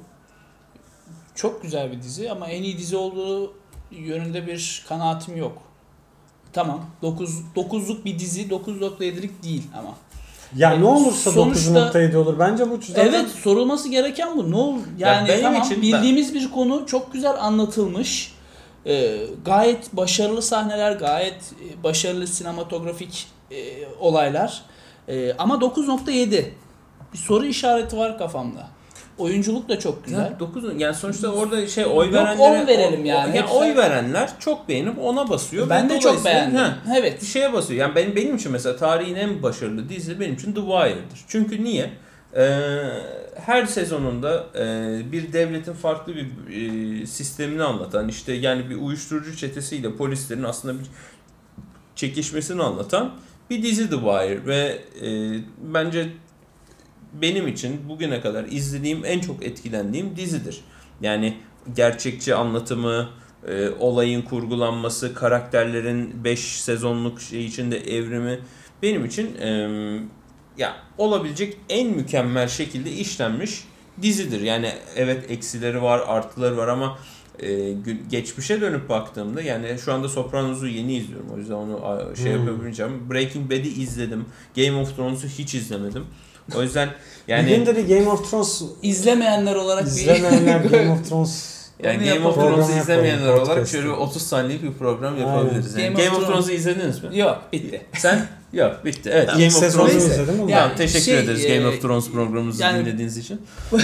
Çok güzel bir dizi ama en iyi dizi olduğu yönünde bir kanaatim yok. Tamam. dokuz dokuzluk bir dizi, dokuz nokta yedilik değil ama. Ya yani ne olursa dokuz nokta yedi olur. Bence bu zaten... Evet, sorulması gereken bu. Ne ol yani ya tamam için bildiğimiz ben... bir konu çok güzel anlatılmış. Ee, gayet başarılı sahneler, gayet başarılı sinematografik e, olaylar. E, ama dokuz nokta yedi. Bir soru işareti var kafamda. Oyunculuk da çok güzel. Ya dokuz yani sonuçta orada şey oy verenlere on verelim yani. yani oy verenler çok beğenip ona basıyor. Ben de çok beğendim. Ha, evet. Bir şeye basıyor. Yani benim benim için mesela tarihin en başarılı dizi benim için The Wire'dır. Çünkü niye? Ee, her sezonunda e, bir devletin farklı bir e, sistemini anlatan işte yani bir uyuşturucu çetesiyle polislerin aslında bir çekişmesini anlatan bir dizi The Wire ve e, bence benim için bugüne kadar izlediğim en çok etkilendiğim dizidir. Yani gerçekçi anlatımı, e, olayın kurgulanması, karakterlerin beş sezonluk şey içinde evrimi benim için e, ya olabilecek en mükemmel şekilde işlenmiş dizidir. Yani evet eksileri var, artıları var ama e, geçmişe dönüp baktığımda yani şu anda Sopranos'u yeni izliyorum. O yüzden onu şey hmm. yapabileceğim. Breaking Bad'i izledim. Game of Thrones'u hiç izlemedim. O yüzden yani... Bugün de bir Game of Thrones... izlemeyenler olarak izlemeyenler bir... Game of Thrones... Yani Game of Thrones'u izlemeyenler olarak podcast. Şöyle otuz saniyelik bir program yapabiliriz. Yani. Game, Game of Thrones'u izlediniz mi? Yok, bitti. Sen? Yok, bitti. Evet, Game of Thrones'u izledim ama. Yani teşekkür şey, ederiz e, Game of Thrones programımızı yani, dinlediğiniz için.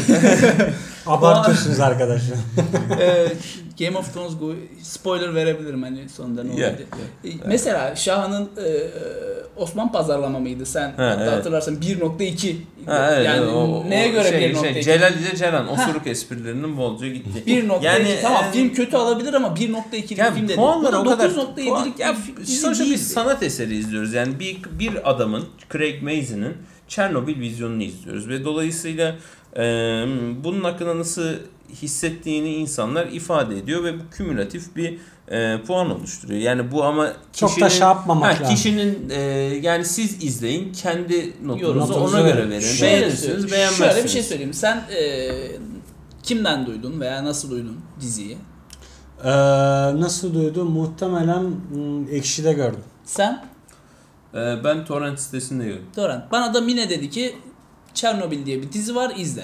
Abartıyorsunuz arkadaşlar. Game of Thrones spoiler verebilirim hani sonunda ne oldu. Yeah, yeah. Mesela Şahan'ın e, Osman pazarlama mıydı sen? Ha, hatta evet. hatırlarsan bir nokta iki. Ha, evet, yani o, neye göre şey, bir nokta iki? Şey, Celal ile Ceren osuruk esprilerinin bolca gitti. bir nokta iki yani, tamam e, film kötü olabilir ama bir nokta ikilik yani film dedi. Puanlar o kadar. dokuz nokta yedilik ya, sonuçta bir sanat eseri izliyoruz. Yani bir bir adamın Craig Mazin'in Çernobil vizyonunu izliyoruz ve dolayısıyla e, bunun hakkında nasıl hissettiğini insanlar ifade ediyor ve bu kümülatif bir e, puan oluşturuyor. Yani bu ama kişinin, çok da şey yapmamak ha, lazım. Kişinin e, yani siz izleyin kendi notunuzu ona göre verin. Şöyle beğenirsiniz, beğenmezsiniz. Şöyle bir şey söyleyeyim. Sen e, kimden duydun veya nasıl duydun diziyi? Ee, nasıl duydum? Muhtemelen m, Ekşi'de gördüm. Sen? Ee, ben torrent sitesinde gördüm. Torrent. Bana da Mine dedi ki Çernobil diye bir dizi var, izle.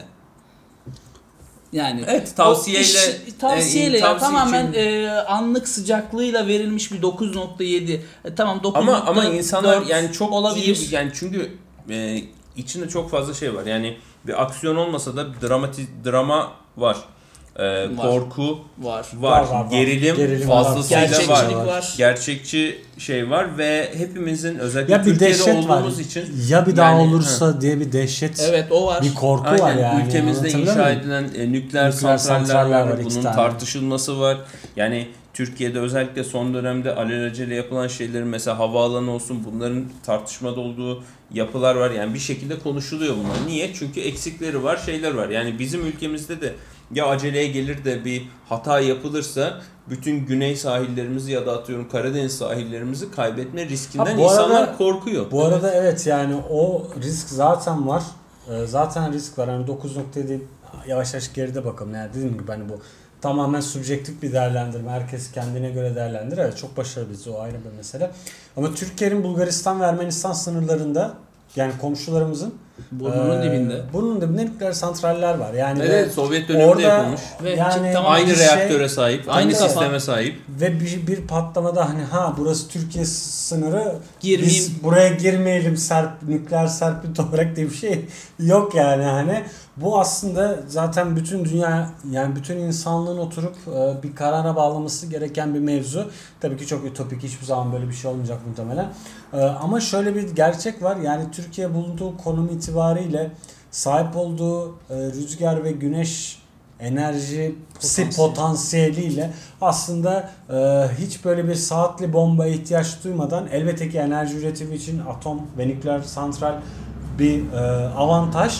Yani evet, tavsiyeyle iş, tavsiyeyle e, ya, tamamen için... e, anlık sıcaklığıyla verilmiş bir dokuz nokta yedi. E, tamam dokuz ama ama insanlar yani çok olabilir. iyi yani çünkü e, içinde çok fazla şey var. Yani bir aksiyon olmasa da dramatiz drama var. Ee, var. Korku var. Var. var, var, var. Gerilim, Gerilim fazlasıyla var. var. var. Gerçekçi şey var ve hepimizin özellikle ya Türkiye'de olduğumuz var. için ya bir daha yani, olursa ha. diye bir dehşet. Evet, o var. Bir korku aynen, var yani. Ülkemizde inşa edilen e, nükleer, nükleer santraller, santraller var. Bunun tartışılması var. Yani Türkiye'de özellikle son dönemde alelacele yapılan şeylerin mesela havaalanı olsun bunların tartışmada olduğu yapılar var. Yani bir şekilde konuşuluyor bunlar. Niye? Çünkü eksikleri var, şeyler var. Yani bizim ülkemizde de ya aceleye gelir de bir hata yapılırsa bütün güney sahillerimizi ya da atıyorum Karadeniz sahillerimizi kaybetme riskinden Ha, bu arada- insanlar korkuyor. Bu arada evet yani o risk zaten var. Ee, zaten risk var. Hani dokuz nokta yedi yavaş yavaş geride bakalım. Yani dediğim gibi hani bu tamamen subjektif bir değerlendirme. Herkes kendine göre değerlendirir. Evet, çok başarılı bizi, o ayrı bir mesele. Ama Türkiye'nin Bulgaristan ve Ermenistan sınırlarında yani komşularımızın Burnunun e, dibinde. Burnunun dibinde nükleer santraller var. Yani Evet, ve Sovyet döneminde orada yapılmış. Ve yani tamam, Aynı bir reaktöre şey- sahip, Aynı aynı kafa. sisteme sahip. ve bir, bir patlamada hani ha burası Türkiye sınırı, Girmeyeyim. biz buraya girmeyelim serp, nükleer serpinti olarak diye bir şey yok yani hani. Bu aslında zaten bütün dünya yani bütün insanlığın oturup e, bir karara bağlaması gereken bir mevzu. Tabii ki çok ütopik, hiçbir zaman böyle bir şey olmayacak muhtemelen. E, ama şöyle bir gerçek var, yani Türkiye bulunduğu konum itibariyle sahip olduğu e, rüzgar ve güneş enerjisi Potansiyel. potansiyeliyle aslında e, hiç böyle bir saatli bombaya ihtiyaç duymadan, elbette ki enerji üretimi için atom ve nükleer santral bir e, avantaj,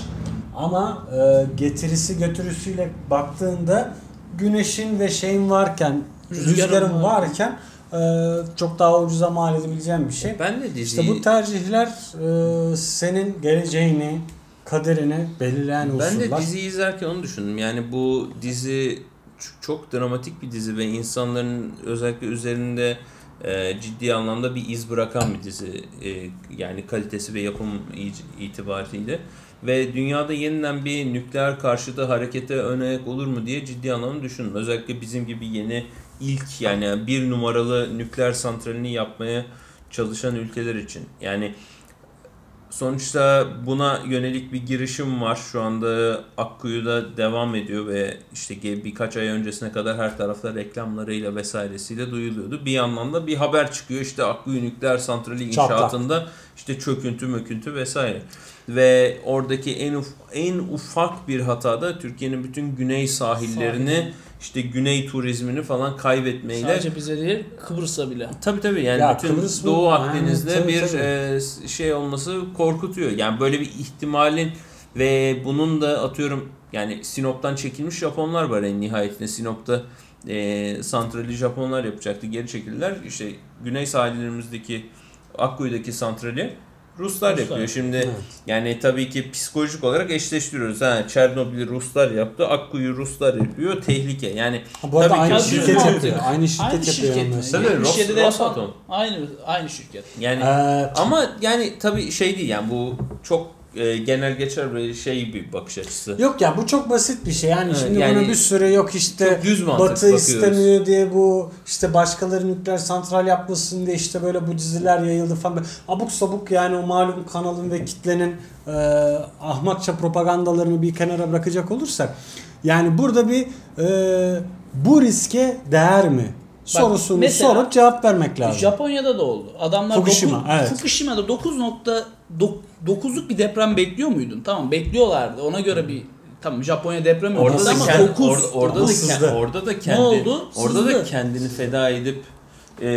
ama e, getirisi götürüsüyle baktığında güneşin ve şeyin varken, Rüzgarın rüzgarın var. varken e, çok daha ucuza mal edebileceğim bir şey. Ben de diziyi... İşte bu tercihler e, senin geleceğini, kaderini belirleyen unsurlar. Ben de diziyi izlerken onu düşündüm. Yani bu dizi ç- çok dramatik bir dizi ve insanların özellikle üzerinde e, ciddi anlamda bir iz bırakan bir dizi. E, yani kalitesi ve yapım i- itibariyle. Ve dünyada yeniden bir nükleer karşıtı harekete ön ayak olur mu diye ciddi anlamda düşündüm. Özellikle bizim gibi yeni ilk yani bir numaralı nükleer santralini yapmaya çalışan ülkeler için. Yani sonuçta buna yönelik bir girişim var. Şu anda Akkuyu'da devam ediyor ve işte ge- birkaç ay öncesine kadar her tarafta reklamlarıyla vesairesiyle duyuluyordu. Bir yandan da bir haber çıkıyor. İşte Akkuyu nükleer santrali Çatlak. inşaatında işte çöküntü möküntü vesaire. Ve oradaki en uf- en ufak bir hatada Türkiye'nin bütün güney sahillerini Sahil. işte güney turizmini falan kaybetmeyle. Sadece bize değil, Kıbrıs'a bile. Tabii tabii yani Ya bütün Kıbrıs mı? Doğu Yani Akdeniz'de tabii, bir tabii. e, şey olması korkutuyor. Yani böyle bir ihtimalin ve bunun da atıyorum yani Sinop'tan çekilmiş Japonlar var en nihayetinde. Sinop'ta e, santrali Japonlar yapacaktı. Geri çekildiler. İşte güney sahillerimizdeki Akkuyu'daki santrali Ruslar, Ruslar. yapıyor. Şimdi Evet. yani tabii ki psikolojik olarak eşleştiriyoruz. Ha, Çernobil'i Ruslar yaptı, Akkuyu Ruslar yapıyor. Tehlike. Yani Ha, bu arada tabii ki aynı düz şirket mantık. yapıyor. Aynı şirket Aynı yapıyor. şirket. yalnız. Tabii, yetmiş yedide Ros- yapan- Rosatom. Aynı aynı şirket. yani Ee, ama yani tabii şey değil yani bu çok e, genel geçer ve şey bir bakış açısı. Yok ya, bu çok basit bir şey. Yani Evet, şimdi yani buna bir sürü yok işte çok düz mantık Batı bakıyoruz. istemiyor diye bu işte başkaları nükleer santral yapmasın diye işte böyle bu diziler yayıldı falan. Abuk sabuk yani o malum kanalın ve kitlenin e, ahmakça propagandalarını bir kenara bırakacak olursak, yani burada bir e, bu riske değer mi sorusunu mesela- sorup cevap vermek lazım. Japonya'da da oldu. Adamlar Fukushima, dokuz, evet. Fukushima'da dokuz nokta dokuzluk bir deprem bekliyor muydun? Tamam, bekliyorlardı. Ona göre bir tamam Japonya depremi Orada oldu da ama kendi, dokuz orada, orada da Ama ke- sızdı. orada da kendi oldu? orada da Sızdı. kendini feda edip e,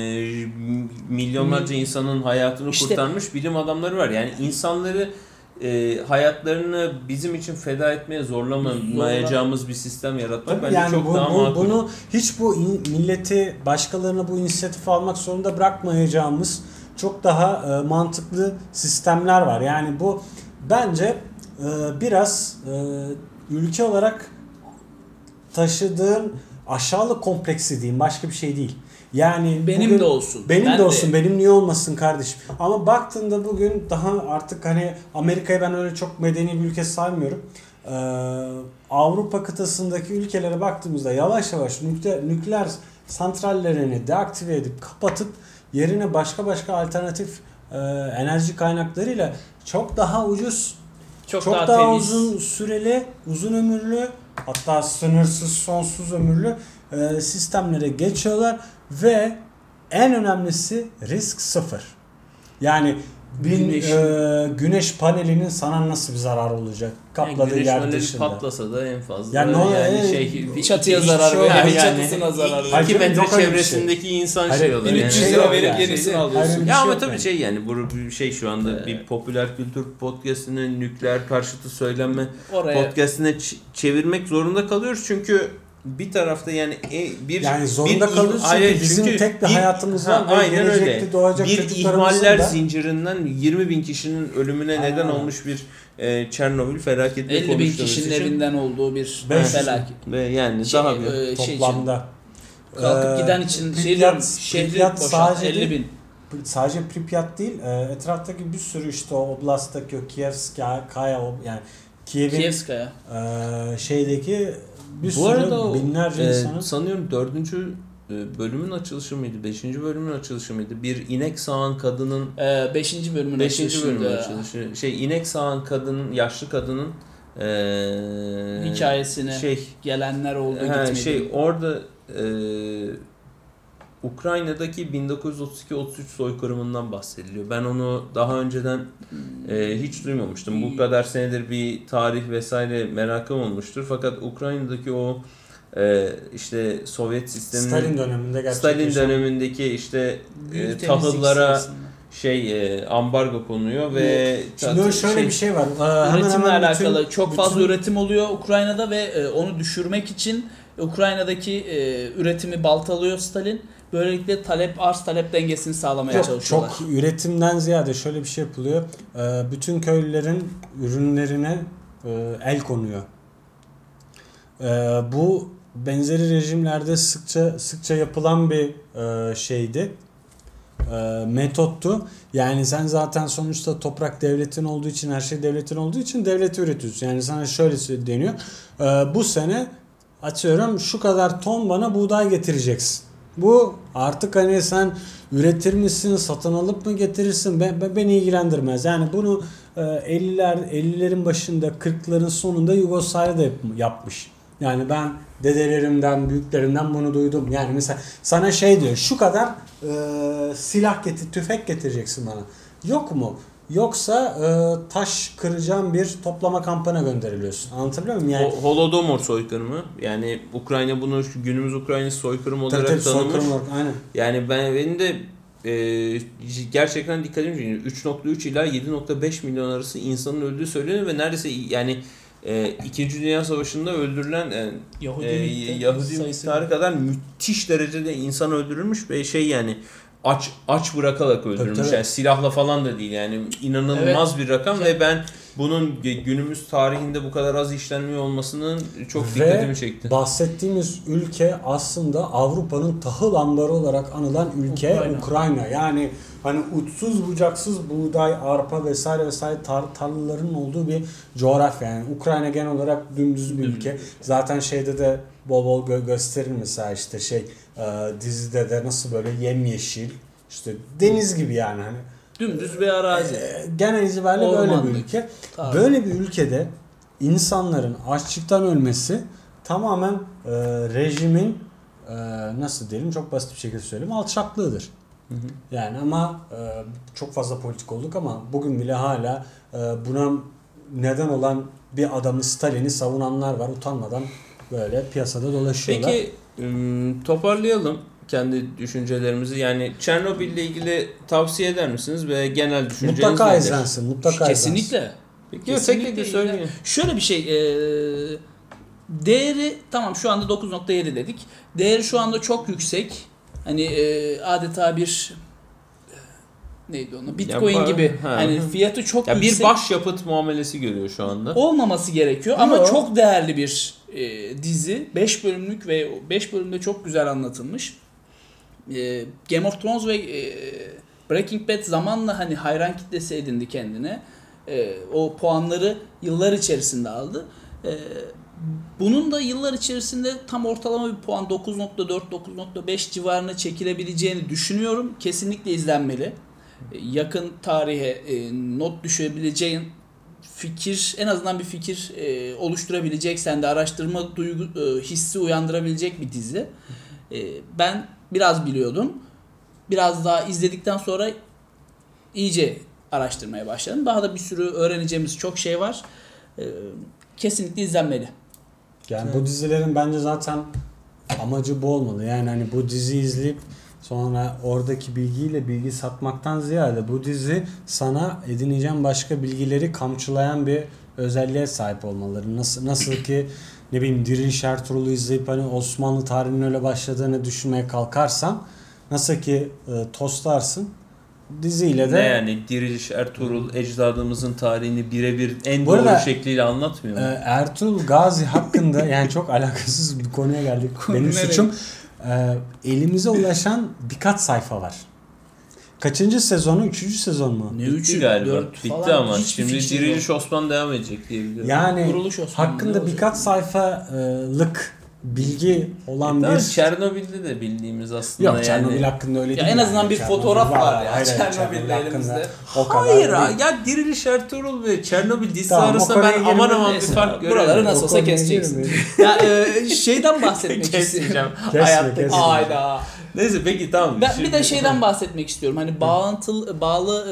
milyonlarca insanın hayatını İşte- kurtarmış bilim adamları var. Yani insanları e, hayatlarını bizim için feda etmeye zorlamayacağımız bir sistem yaratmak bence Yani çok bu, daha bu- makul. bunu hiç bu in- milleti, başkalarına bu inisiyatifi almak zorunda bırakmayacağımız çok daha e, mantıklı sistemler var. Yani bu bence e, biraz e, ülke olarak taşıdığın aşağılık kompleksi diyeyim, başka bir şey değil. Yani benim bugün- de olsun. Benim Ben de olsun, benim niye olmasın kardeşim. Ama baktığında bugün daha artık hani Amerika'yı ben öyle çok medeni bir ülke saymıyorum. Ee, Avrupa kıtasındaki ülkelere baktığımızda yavaş yavaş nükleer, nükleer santrallerini deaktive edip kapatıp yerine başka başka alternatif e, enerji kaynaklarıyla çok daha ucuz, çok, çok, daha, daha, temiz. uzun süreli, uzun ömürlü, hatta sınırsız, sonsuz ömürlü e, sistemlere geçiyorlar ve en önemlisi risk sıfır. Yani bir Güneş- e, güneş panelinin sana nasıl bir zarar olacak? Kapladığı Yani güneş yer paneli dışında. patlasa da en fazla Yani yani, ne oluyor? şey bir- Çatıya iki- zarar iki- veriyor, yani çatısına zarar veriyor. iki Hayır, metre yok öyle bir çevresindeki insan Hayır, şey olur. bin üç yani. yüz şey lira yok verip yani. yenisini Hayır, alıyorsun. öyle bir Ya şey ama yok tabii yani. şey yani bu bir şey şu anda bir popüler kültür podcast'ine nükleer karşıtı söylenme Oraya podcast'ine ç- çevirmek zorunda kalıyoruz çünkü bir tarafta yani e, bir Yani zorunda bir kalıyoruz çünkü hayır, bizim çünkü tek bir hayatımız var ve aynen gelecekte öyle. doğacak Bir çocuklarımızın ihmaller da- zincirinden yirmi bin kişinin ölümüne Aynen neden öyle. olmuş bir e, Çernobil felaketini elli bin konuştuğumuz kişinin için evinden olduğu bir beş yüz felaket. ve yani Şey, daha bir e, şey için, Toplamda. kalkıp Ee, giden için şey Pripyat- diyorum, şehri Pripyat boşalt sadece elli değil, bin. Sadece Pripyat değil, e, etraftaki bir sürü işte o oblastaki o Kievskaya, o- yani Kiev'in Kievskaya. e, şeydeki bir Bu sürü arada o, binlerce e, insanın sanıyorum dördüncü e, bölümün açılışı mıydı? Beşinci bölümün açılışı mıydı? Bir inek sağan kadının Ee, beşinci bölümün beşinci bölümün açılışında açılışı. Şey inek sağan kadının, yaşlı kadının e, hikayesine şey gelenler oldu he, gitmedi. şey orada e, Ukrayna'daki bin dokuz yüz otuz iki otuz üç soykırımından bahsediliyor. Ben onu daha önceden e, hiç duymamıştım. Bu kadar senedir bir tarih vesaire merakım olmuştur. Fakat Ukrayna'daki o e, işte Sovyet sisteminin Stalin döneminde Stalin gerçekleşen dönemindeki işte Büyük e, temizlik tahıllara sırasında. şey e, ambargo konuyor ve Şimdi şöyle şey- bir şey var. Ee, hemen Üretimle hemen alakalı bütün- çok fazla bütün- üretim oluyor Ukrayna'da ve e, onu düşürmek için Ukrayna'daki e, üretimi baltalıyor Stalin. Böylelikle talep arz talep dengesini sağlamaya Yok, çalışıyorlar. çok üretimden ziyade şöyle bir şey yapılıyor. Ee, bütün köylülerin ürünlerine e, el konuyor. Ee, bu benzeri rejimlerde sıkça sıkça yapılan bir e, şeydi. E, metottu. Yani sen zaten sonuçta toprak devletin olduğu için, her şey devletin olduğu için devleti üretiyorsun. Yani sana şöyle deniyor. E, bu sene atıyorum şu kadar ton bana buğday getireceksin. Bu artık hani sen üretir misin, satın alıp mı getirirsin ben, ben beni ilgilendirmez. Yani bunu e, elliler ellilerin başında kırkların sonunda Yugoslavya'da yap- yapmış. Yani ben dedelerimden, büyüklerimden bunu duydum. Yani mesela sana şey diyor, şu kadar e, silah getir, tüfek getireceksin bana. Yok mu? Yoksa e, taş kıracağım bir toplama kampına gönderiliyorsun. Anlatabiliyor muyum? Yani O Holodomor soykırımı. Yani Ukrayna bunu şu günümüz Ukrayna soykırım tabii olarak tabii tanımış. soykırım olarak, aynen. Yani ben benim de e, gerçekten dikkatimi çekiyor. üç nokta üç ila yedi nokta beş milyon arası insanın öldüğü söyleniyor ve neredeyse yani e, İkinci Dünya Savaşı'nda öldürülen e, Yahudi, e, miktar- Yahudi sayısı- miktarı kadar müthiş derecede insan öldürülmüş ve şey yani aç aç bırakarak öldürülmüş. tabii. Yani silahla falan da değil yani inanılmaz bir rakam ve ben bunun günümüz tarihinde bu kadar az işlenmiyor olmasının çok Ve dikkatimi çekti. bahsettiğimiz ülke aslında Avrupa'nın tahıl ambarı olarak anılan ülke Ukrayna. Ukrayna. Yani hani uçsuz bucaksız buğday, arpa vesaire vesaire tar- tarlaların olduğu bir coğrafya. Yani Ukrayna genel olarak dümdüz bir ülke. Zaten şeyde de bol bol gö- gösterir mesela işte şey e, dizide de nasıl böyle yemyeşil işte deniz gibi yani hani. Dümdüz bir arazi. E, genel itibariyle böyle bir Ormanlık. ülke. Tabii. Böyle bir ülkede insanların açlıktan ölmesi tamamen e, rejimin e, nasıl diyelim çok basit bir şekilde söyleyeyim alçaklığıdır. Hı hı. Yani ama e, çok fazla politik olduk ama bugün bile hala e, buna neden olan bir adamı Stalin'i savunanlar var utanmadan böyle piyasada dolaşıyorlar. Peki ım, toparlayalım kendi düşüncelerimizi. Yani Çernobil ile ilgili tavsiye eder misiniz ve genel düşünceniz mutlaka nedir? izlensin, mutlaka izlensin. Kesinlikle. Peki Kesinlikle tek tek iyi. söyleyin. Şöyle bir şey, e, değeri tamam şu anda dokuz nokta yedi dedik. Değeri şu anda çok yüksek. Hani e, adeta bir e, neydi onu? Bitcoin Ya, gibi. ha. Hani fiyatı çok Ya yüksek. bir başyapıt muamelesi görüyor şu anda. olmaması gerekiyor ama Yok. çok değerli bir e, dizi. beş bölümlük ve beş bölümde çok güzel anlatılmış. E, Game of Thrones ve e, Breaking Bad zamanla hani hayran kitlesi edindi kendine. E, o puanları yıllar içerisinde aldı. E, bunun da yıllar içerisinde tam ortalama bir puan dokuz nokta dört dokuz nokta beş civarına çekilebileceğini düşünüyorum. Kesinlikle izlenmeli. E, yakın tarihe e, not düşebileceğin fikir, en azından bir fikir e, oluşturabilecek, sende araştırma duygu e, hissi uyandırabilecek bir dizi. E, ben biraz biliyordum. Biraz daha izledikten sonra iyice araştırmaya başladım. Daha da bir sürü öğreneceğimiz çok şey var. Ee, kesinlikle izlenmeli. Yani bu dizilerin bence zaten amacı bu olmalı. Yani hani bu diziyi izleyip sonra oradaki bilgiyle bilgi satmaktan ziyade bu dizi sana edineceğin başka bilgileri kamçılayan bir özelliğe sahip olmaları. Nasıl nasıl ki ne bileyim Diriliş Ertuğrul'u izleyip hani Osmanlı tarihinin öyle başladığını düşünmeye kalkarsan, nasıl ki e, toslarsın, diziyle de Ne yani Diriliş Ertuğrul ecdadımızın tarihini birebir en Bu doğru arada, şekliyle anlatmıyor mu? e, Ertuğrul Gazi hakkında yani çok alakasız bir konuya geldik. Benim Nereye? suçum. E, elimize ulaşan birkaç sayfa var. Kaçıncı sezonu? Üçüncü sezon mu? Ne Bitti üçü, galiba. dört Bitti falan, ama hiçbir şimdi fikrim Diriliş yok. Osman devam edecek diye biliyorum. Yani Kuruluş Osmanlı hakkında ne olacak? birkaç sayfalık bilgi olan E, tamam, bir... Çernobil'de de bildiğimiz aslında Yok, yani. Çernobil hakkında öyle Ya değil. en yani. azından bir Çernobil fotoğraf var ya, Hayır, hayır, Çernobil'de hakkında elimizde. o kadar Hayır değil. ha, ya Diriliş Ertuğrul ve Çernobil dizisi Tamam, o arasında konuya ben aman girme- aman bir Neyse, fark buraları göremiyorum. nasıl O olsa konuya keseceksin. girmeyin. Ya e, şeyden bahsetmek istiyorum. Kesmeyeceğim. Kesme, Hayatta kesme. kesmeyeceğim. Ayda. Neyse peki tamam. Ben Şimdi- bir de şeyden bahsetmek istiyorum. Hani bağlantılı bağlı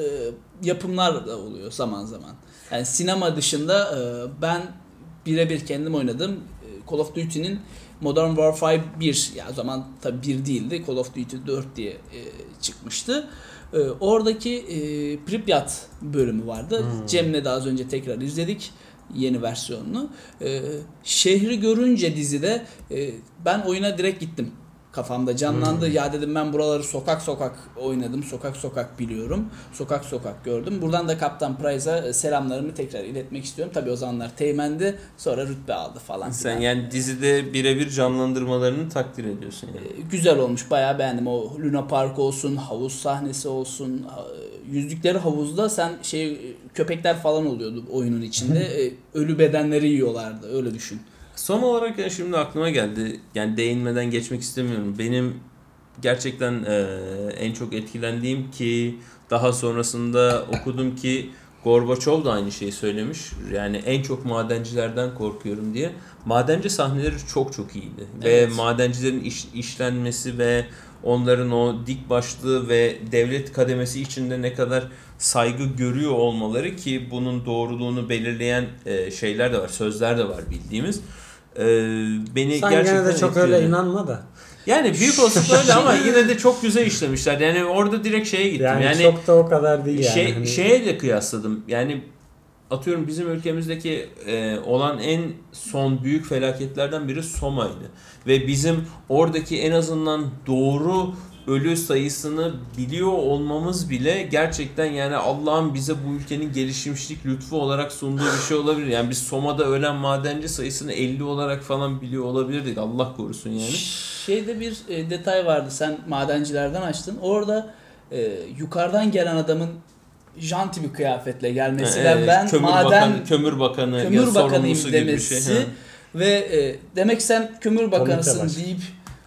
e, yapımlar da oluyor zaman zaman. Yani sinema dışında e, ben birebir kendim oynadım. E, Call of Duty'nin Modern Warfare bir, ya o zaman tabii bir değildi. Call of Duty dört diye e, çıkmıştı. E, oradaki e, Pripyat bölümü vardı. Hmm. Cem'le de az önce tekrar izledik yeni versiyonunu. E, şehri görünce dizide e, ben oyuna direkt gittim. Kafamda canlandı. Hmm. Ya dedim, ben buraları sokak sokak oynadım. Sokak sokak biliyorum. Sokak sokak gördüm. Buradan da Kaptan Price'a selamlarımı tekrar iletmek istiyorum. Tabii o zamanlar teğmendi. Sonra rütbe aldı falan. Sen filan. yani dizide birebir canlandırmalarını takdir ediyorsun yani. Ee, Güzel olmuş. Bayağı beğendim. O Luna Park olsun, havuz sahnesi olsun. ha- Yüzdükleri havuzda sen şey köpekler falan oluyordu oyunun içinde. Ee, Ölü bedenleri yiyorlardı. Öyle düşün. Son olarak yani şimdi aklıma geldi. Yani değinmeden geçmek istemiyorum. Benim gerçekten e, en çok etkilendiğim ki daha sonrasında okudum ki Gorbaçov da aynı şeyi söylemiş. Yani en çok madencilerden korkuyorum diye. Madenci sahneleri çok çok iyiydi. Evet. Ve madencilerin iş, işlenmesi ve onların o dik başlı ve devlet kademesi içinde ne kadar saygı görüyor olmaları, ki bunun doğruluğunu belirleyen e, şeyler de var, sözler de var bildiğimiz. E, beni Sen gerçekten gene de çok etkiledi. öyle inanma da. Yani büyük olasılıkla öyle ama yine de çok güzel işlemişler. Yani orada direkt şeye gittim. Yani, Yani, çok da o kadar değil yani. şey Hani- şeye de kıyasladım. Yani atıyorum bizim ülkemizdeki e, olan en son büyük felaketlerden biri Soma'ydı. Ve bizim oradaki en azından doğru ölü sayısını biliyor olmamız bile gerçekten yani Allah'ın bize bu ülkenin gelişmişlik lütfu olarak sunduğu bir şey olabilir. Yani biz Soma'da ölen madenci sayısını elli olarak falan biliyor olabilirdik. Allah korusun yani. Şeyde bir e, detay vardı. Sen madencilerden açtın. Orada e, yukarıdan gelen adamın janti bir kıyafetle gelmesinden Evet, ben kömür maden bakanı, kömür bakanı, kömür ya bakanıyım sorumlusu gibi bir şey. demesi Ha. ve e, demek sen kömür bakanısın başı. deyip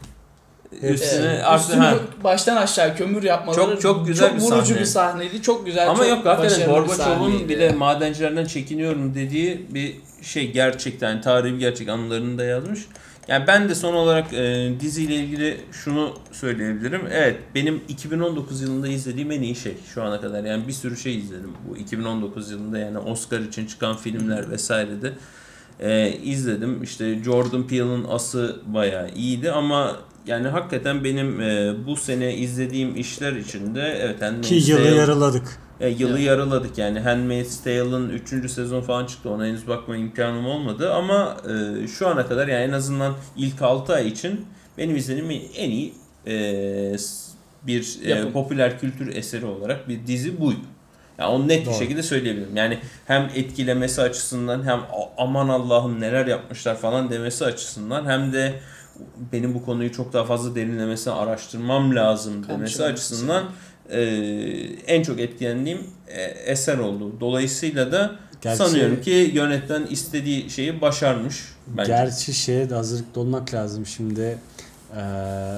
Üstüne e, artı üstünü ha. baştan aşağı kömür yapmaları Çok- çok güzel bir vurucu sahne. bir sahneydi. Çok güzel. Ama çok yok hakikaten başarılı bir Gorbaçov'un sahneydi. bile madencilerden çekiniyorum dediği bir şey gerçekten tarihi bir gerçek anılarını da yazmış. Yani ben de son olarak e, diziyle ilgili şunu söyleyebilirim. Evet, benim iki bin on dokuz yılında izlediğim en iyi şey şu ana kadar. Yani bir sürü şey izledim bu iki bin on dokuz yılında, yani Oscar için çıkan filmler vesaire de e, izledim. İşte Jordan Peele'ın As'ı bayağı iyiydi ama yani hakikaten benim e, bu sene izlediğim işler içinde evet Handmaid's Ki yılı Tale- yarıladık. E, yılı Evet. yarıladık yani. Handmaid's Tale'ın üçüncü sezon falan çıktı. Ona henüz bakma imkanım olmadı ama e, şu ana kadar yani en azından ilk altı ay için benim izlediğim en iyi e, s- bir e, Yapım. popüler kültür eseri olarak bir dizi buydu. Yani onu net Doğru. bir şekilde söyleyebilirim. Yani hem etkilemesi açısından hem "A- aman Allah'ım neler yapmışlar" falan demesi açısından hem de benim bu konuyu çok daha fazla derinlemesine araştırmam lazım demesi Kamçılaması. açısından e, en çok etkilendiğim e, eser oldu. Dolayısıyla da Gerçi- sanıyorum ki yönetmen istediği şeyi başarmış bence. Gerçi şeye de hazırlıklı olmak lazım şimdi. Ee,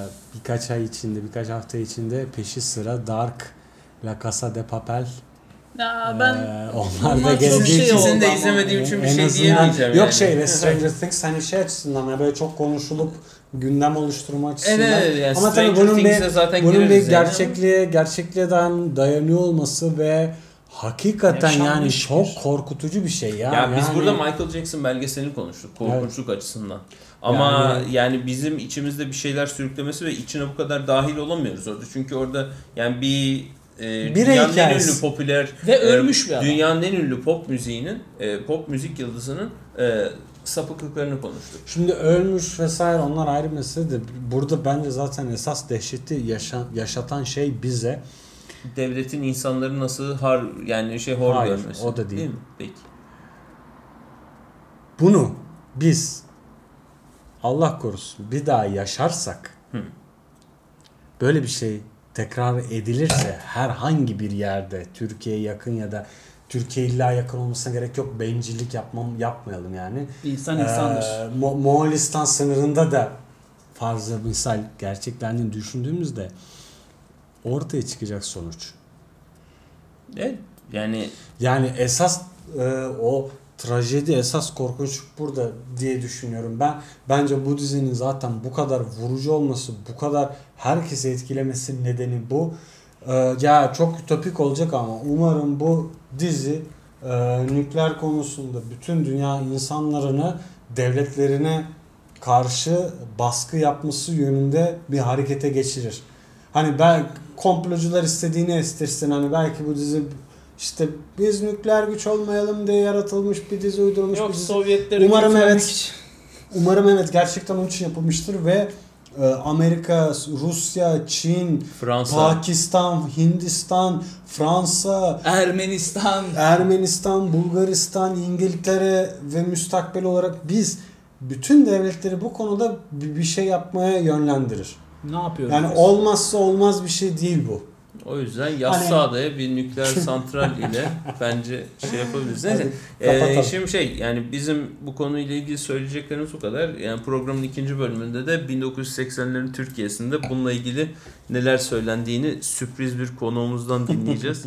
birkaç ay içinde, birkaç hafta içinde peşi sıra Dark, La Casa de Papel Ya ben Ee, onlar onlar da çok geldiği şey için. oldu İkisini de ama. izlemediğim için bir En şey azından- diyemeyeceğim Yok yani. şey ve Stranger Things hani şey açısından hani böyle çok konuşulup gündem oluşturma açısından. Evet, yani ama tabii Stranger bunun Things'e bir zaten bunun bir gireriz yani. gerçekliğe gerçekliğe dayan, dayanıyor olması ve hakikaten yani Yaşanmış çok bir- korkutucu bir şey ya. Ya biz Yani- burada Michael Jackson belgeselini konuştuk korkunçluk açısından. Ama Yani- yani, bizim içimizde bir şeyler sürüklemesi ve içine bu kadar dahil olamıyoruz orada. Çünkü orada yani bir e, Birey dünyanın en hikayesi. ünlü popüler Ve ölmüş bir adam. Dünyanın en ünlü pop müziğinin e, pop müzik yıldızının e, sapıklıklarını konuştuk. Şimdi ölmüş vesaire onlar ayrı mesele de burada bence zaten esas dehşeti yaşa, yaşatan şey bize. Devletin insanları nasıl har yani şey hor Hayır, görmesi. o da değil. mi? Peki. Bunu biz Allah korusun bir daha yaşarsak Hı. böyle bir şey tekrar edilirse herhangi bir yerde Türkiye'ye yakın ya da Türkiye illa yakın olmasına gerek yok. Bencillik yapmam yapmayalım yani. İnsan insandır. Ee, Mo- Moğolistan sınırında da fazla misal gerçeklendiğini düşündüğümüzde ortaya çıkacak sonuç. Evet. Yani Yani esas e, o trajedi, esas korkunç burada diye düşünüyorum. Ben bence bu dizinin zaten bu kadar vurucu olması, bu kadar herkesi etkilemesinin nedeni bu. E, ya çok ütopik olacak ama umarım bu dizi e, nükleer konusunda bütün dünya insanlarını devletlerine karşı baskı yapması yönünde bir harekete geçirir. Hani ben komplocular istediğini estirsin. Hani belki bu dizi işte biz nükleer güç olmayalım diye yaratılmış bir dizi, uydurulmuş Yok bir dizi. Sovyetleri Umarım kötülemek evet. için. Umarım evet gerçekten onun için yapılmıştır ve e, Amerika, Rusya, Çin, Fransa. Pakistan, Hindistan, Fransa, Ermenistan. Ermenistan, Bulgaristan, İngiltere ve müstakbel olarak biz bütün devletleri bu konuda bir bir şey yapmaya yönlendirir. Ne yapıyoruz? Yani biz? olmazsa olmaz bir şey değil bu. O yüzden Yassıada'ya bir nükleer santral ile bence şey yapabiliriz. Neyse. Hadi kapatalım. Ee, şimdi şey yani bizim bu konuyla ilgili söyleyeceklerimiz bu kadar. Yani programın ikinci bölümünde de bin dokuz yüz seksenlerin Türkiye'sinde bununla ilgili neler söylendiğini sürpriz bir konuğumuzdan dinleyeceğiz.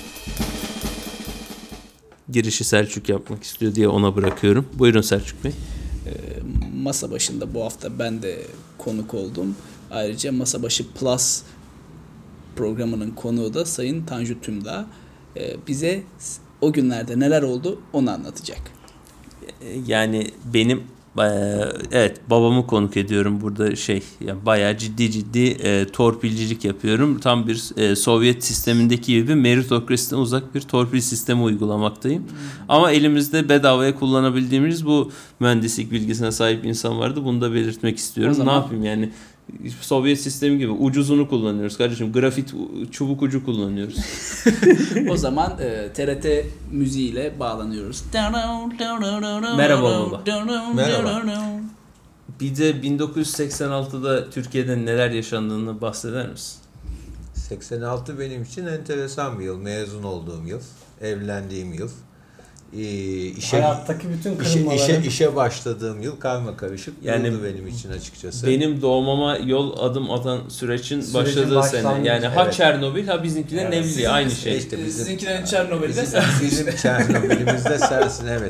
Girişi Selçuk yapmak istiyor diye ona bırakıyorum. Buyurun Selçuk Bey. Ee, masa başında bu hafta ben de konuk oldum. Ayrıca Masa Başı Plus programının konuğu da Sayın Tanju Tümdağ. Ee, bize o günlerde neler oldu onu anlatacak. Yani benim eee, evet babamı konuk ediyorum burada şey yani bayağı ciddi ciddi eee, torpilcilik yapıyorum. Tam bir eee, Sovyet sistemindeki gibi meritokrasiden uzak bir torpil sistemi uygulamaktayım. Hmm. Ama elimizde bedavaya kullanabildiğimiz bu mühendislik bilgisine sahip insan vardı. Bunu da belirtmek istiyorum. Zaman... Ne yapayım yani Sovyet sistemi gibi ucuzunu kullanıyoruz kardeşim. Grafit çubuk ucu kullanıyoruz. O zaman e, T R T müziğiyle bağlanıyoruz. Merhaba baba. Merhaba. Bir de bin dokuz yüz seksen altıda Türkiye'de neler yaşandığını bahseder misin? seksen altı benim için enteresan bir yıl. Mezun olduğum yıl. Evlendiğim yıl. Ee, işe, Hayattaki bütün işe, kırılmaları. işe, işe başladığım yıl karma karışık Yani yıldı benim için açıkçası. Benim doğmama yol adım atan sürecin, Sürecin başladığı sene. başlangıcı. Yani ha Evet. Çernobil ha bizimkiler Evet. Nevli aynı şey. İşte bizim- Sizinkilerin Çernobil'de Bizim, sensin bizim işte. Çernobil'imizde sensin evet.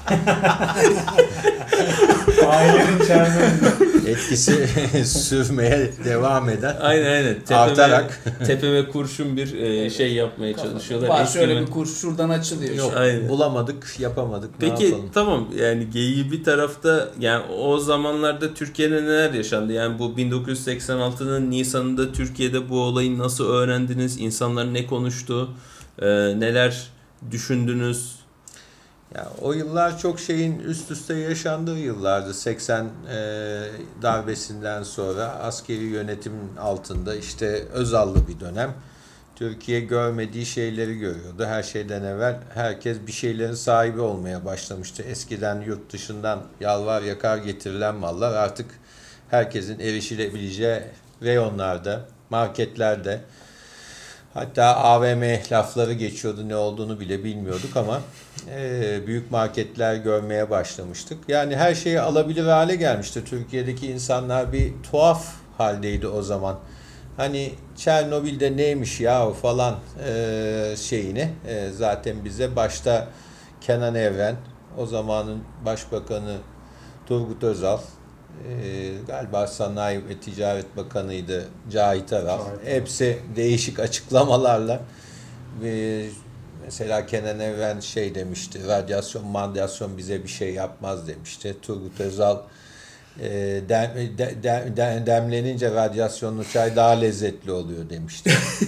Ailenin Çernobil. Etkisi sürmeye devam eden. Aynen aynen. Tepeme, Artarak. tepeme kurşun bir e, şey yapmaya çalışıyorlar. Var Eski şöyle mi- bir kurs şuradan açılıyor. Yok Aynen. bulamadık yapamadık ne Peki yapalım. tamam yani geyiği bir tarafta yani o zamanlarda Türkiye'de neler yaşandı? Yani bu bin dokuz yüz seksen altının Nisan'ında Türkiye'de bu olayı nasıl öğrendiniz? İnsanlar ne konuştu? Ee, neler düşündünüz? Ya, o yıllar çok şeyin üst üste yaşandığı yıllardı. seksen e, darbesinden sonra askeri yönetimin altında işte Özal'lı bir dönem. Türkiye görmediği şeyleri görüyordu. Her şeyden evvel herkes bir şeylerin sahibi olmaya başlamıştı. Eskiden yurt dışından yalvar yakar getirilen mallar artık herkesin erişilebileceği reyonlarda, marketlerde, hatta A V M lafları geçiyordu, ne olduğunu bile bilmiyorduk ama e, büyük marketler görmeye başlamıştık. Yani her şeyi alabilir hale gelmişti. Türkiye'deki insanlar bir tuhaf haldeydi o zaman. hani Çernobil'de neymiş ya falan e, şeyini e, zaten bize başta Kenan Evren, o zamanın Başbakanı Turgut Özal, e, galiba Sanayi ve Ticaret Bakanıydı Cahit Aral. Hepsi değişik açıklamalarla e, mesela Kenan Evren şey demişti, radyasyon madyasyon bize bir şey yapmaz demişti. Turgut Özal e, dem, de, de, de, demlenince radyasyonlu çay daha lezzetli oluyor demişti.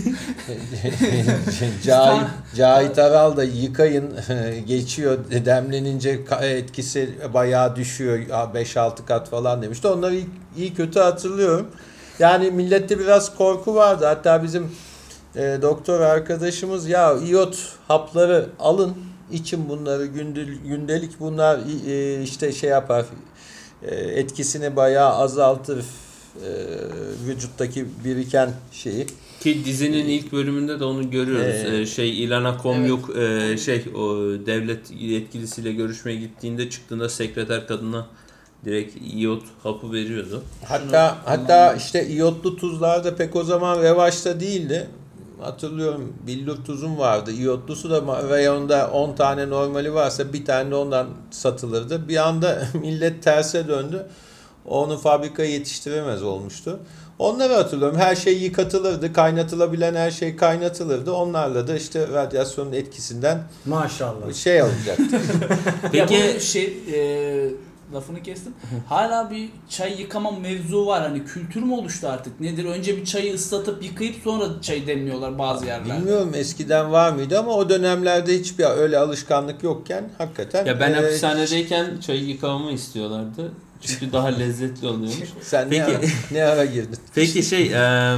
Cahit, Cahit Aral da yıkayın geçiyor, demlenince etkisi bayağı düşüyor, beş altı kat falan demişti. Onları iyi, iyi kötü hatırlıyorum. Yani millette biraz korku vardı. Hatta bizim e, doktor arkadaşımız ya iot hapları alın, için bunları gündelik, bunlar e, işte şey yapar, e, etkisini bayağı azaltır, e, vücuttaki biriken şeyi. Ki dizinin ilk bölümünde de onu görüyoruz. Ee, ee, şey İlana Komyuk evet. e, şey o devlet yetkilisiyle görüşmeye gittiğinde çıktığında sekreter kadına direkt iot hapı veriyordu. Hatta Şunu, hatta işte iyotlu tuzlar da pek o zaman revaçta değildi. Hatırlıyorum, billur tuzum vardı. İyotlusu da reyonda on tane normali varsa bir tane de ondan satılırdı. Bir anda millet terse döndü. Onu fabrikaya yetiştiremez olmuştu. Onları hatırlıyorum. Her şey yıkatılırdı. Kaynatılabilen her şey kaynatılırdı. Onlarla da işte radyasyonun etkisinden maşallah şey alacaktı. Peki ya şey e, lafını kestim. Hala bir çay yıkama mevzu var. Hani kültür mü oluştu artık? Nedir? Önce bir çayı ıslatıp yıkayıp sonra çay demliyorlar bazı yerlerde. Bilmiyorum eskiden var mıydı ama o dönemlerde hiçbir öyle alışkanlık yokken hakikaten. Ya ben e, hapishanedeyken çayı yıkamamı istiyorlardı. Çünkü daha lezzetli oluyormuş. Sen Peki, ne, ara, ne ara girdin? Peki şey e,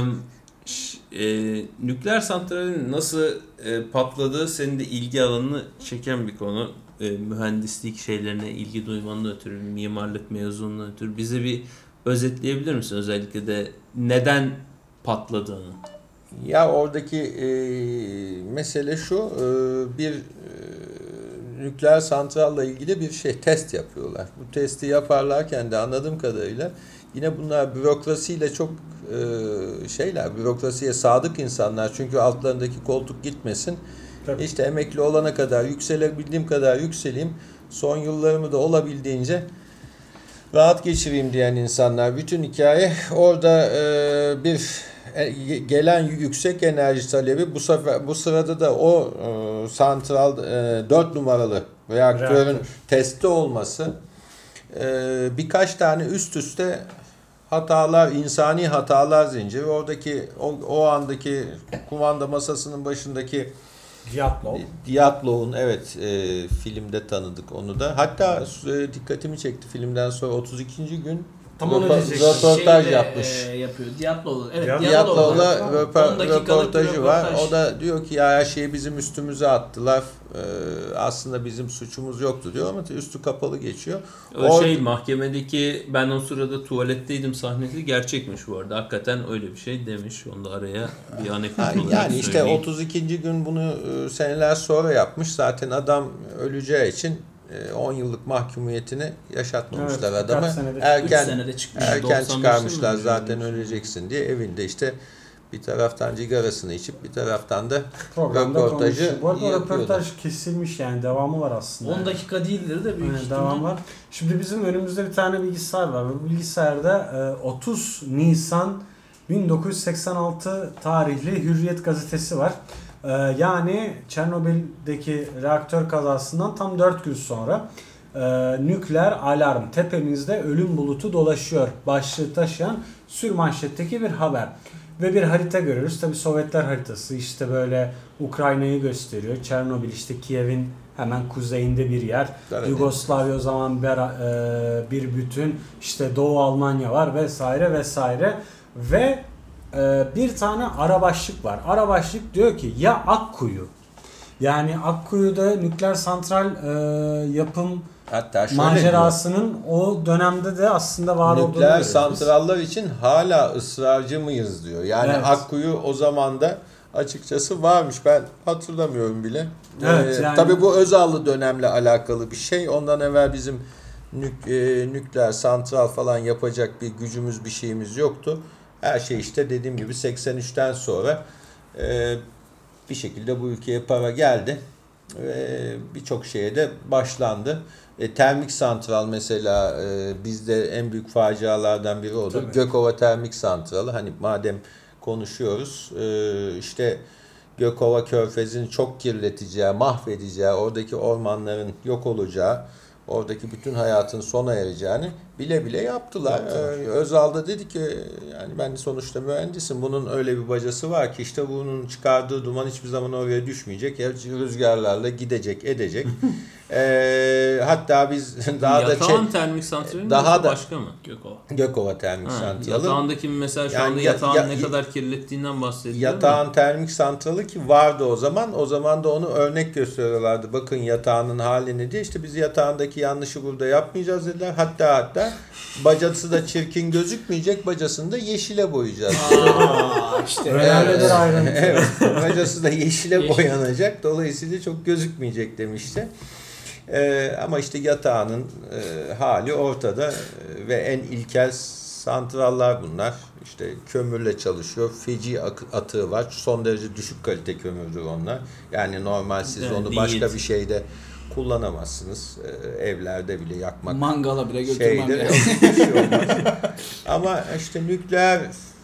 e, nükleer santralin nasıl e, patladığı senin de ilgi alanını çeken bir konu. E, mühendislik şeylerine ilgi duymandan ötürü, mimarlık mezunundan ötürü bize bir özetleyebilir misin özellikle de neden patladığını? Ya oradaki e, mesele şu, e, bir e, nükleer santralla ilgili bir şey test yapıyorlar. Bu testi yaparlarken de anladığım kadarıyla yine bunlar bürokrasiyle çok e, şeyler, bürokrasiye sadık insanlar, çünkü altlarındaki koltuk gitmesin. Tabii. İşte emekli olana kadar yükselebildiğim kadar yükseleyim, son yıllarımı da olabildiğince rahat geçireyim diyen insanlar. Bütün hikaye orada e, bir e, gelen yüksek enerji talebi, bu sefer bu sırada da o e, santral e, dört numaralı reaktörün Reaktör. testi olması, e, birkaç tane üst üste hatalar, insani hatalar zinciri. Oradaki o, o andaki kumanda masasının başındaki Diatlov. Diatlov'un evet e, filmde tanıdık onu da. Hatta e, dikkatimi çekti, filmden sonra otuz ikinci gün Tam röpo- röportaj Şeyle, yapmış. E, yapıyor. Diatlov'la. Evet, Diatlov'la röpo- röportajı var. Röportaj. O da diyor ki ya her şeyi bizim üstümüze attılar. Ee, aslında bizim suçumuz yoktu diyor ama üstü kapalı geçiyor. O Or- şey mahkemedeki ben o sırada tuvaletteydim sahnesi gerçekmiş bu arada. Hakikaten öyle bir şey demiş. Onu da araya bir anekdot olarak söyleyeyim. Yani işte otuz ikinci gün bunu seneler sonra yapmış. Zaten adam öleceği için on yıllık mahkumiyetini yaşatmamışlar evet, adamı. Erken erken çıkarmışlar zaten öleceksin diye, evinde işte bir taraftan cigarasını içip bir taraftan da programda röportajı konuşuyor. Bu arada röportaj kesilmiş, yani devamı var aslında. on dakika değildir de büyük ihtimalle. Devam var. Şimdi bizim önümüzde bir tane bilgisayar var. Bu bilgisayarda otuz Nisan bin dokuz yüz seksen altı tarihli Hürriyet gazetesi var. Yani Çernobil'deki reaktör kazasından tam dört gün sonra e, nükleer alarm, tepemizde ölüm bulutu dolaşıyor başlığı taşıyan sürmanşetteki bir haber. Ve bir harita görüyoruz. Tabii Sovyetler haritası, işte böyle Ukrayna'yı gösteriyor. Çernobil işte Kiev'in hemen kuzeyinde bir yer. Evet. Yugoslavya o zaman bir, e, bir bütün, işte Doğu Almanya var vesaire vesaire. Ve bir tane ara başlık var. Ara başlık diyor ki ya Akkuyu. Yani Akkuyu'da nükleer santral e, yapım hatta macerasının diyor, o dönemde de aslında var olduğunu nükleer santrallar için hala ısrarcı mıyız diyor. Yani evet. Akkuyu o zaman da açıkçası varmış. Ben hatırlamıyorum bile. Evet, ee, yani... Tabii bu Özallı dönemle alakalı bir şey. Ondan evvel bizim nük, e, nükleer santral falan yapacak bir gücümüz, bir şeyimiz yoktu. Her şey işte dediğim gibi seksen üçten sonra e, bir şekilde bu ülkeye para geldi ve birçok şeye de başlandı. E, termik santral mesela e, bizde en büyük facialardan biri oldu. Tabii. Gökova Termik Santralı, hani madem konuşuyoruz e, işte Gökova Körfezi'ni çok kirleteceği, mahvedeceği, oradaki ormanların yok olacağı, oradaki bütün hayatın sona ereceğini bile bile yaptılar. Ee, Özal da dedi ki yani ben de sonuçta mühendisim. Bunun öyle bir bacası var ki işte bunun çıkardığı duman hiçbir zaman oraya düşmeyecek. Ya rüzgarlarla gidecek, edecek. ee, hatta biz daha da Yatağan termik santrali mi daha da başka mı? Gökova. Gökova Termik Ha, Santralı. yatağındaki mesela şu Yani anda ya- yatağın ya- ne kadar kirlettiğinden bahsediyor. Yatağın termik santralı ki vardı o zaman. O zaman da onu örnek gösteriyorlardı. Bakın yatağının halini diye. İşte biz yatağındaki yanlışı burada yapmayacağız dediler. Hatta hatta bacası da çirkin gözükmeyecek. Bacasını da yeşile boyayacağız. Aa, işte. Önemlidir ayrıntı. Evet. Bacası da yeşile Yeşil. boyanacak. Dolayısıyla çok gözükmeyecek demişti. Ee, ama işte yatağının e, hali ortada e, ve en ilkel santrallar bunlar. İşte kömürle çalışıyor. Feci ak- atığı var. Son derece düşük kalite kömürdür onlar. Yani normal siz Evet, onu değil. başka bir şeyde kullanamazsınız. Ee, evlerde bile yakmak Mangala bile götürmem şeydir. yani. Bir şey olmaz. Ama işte nükleer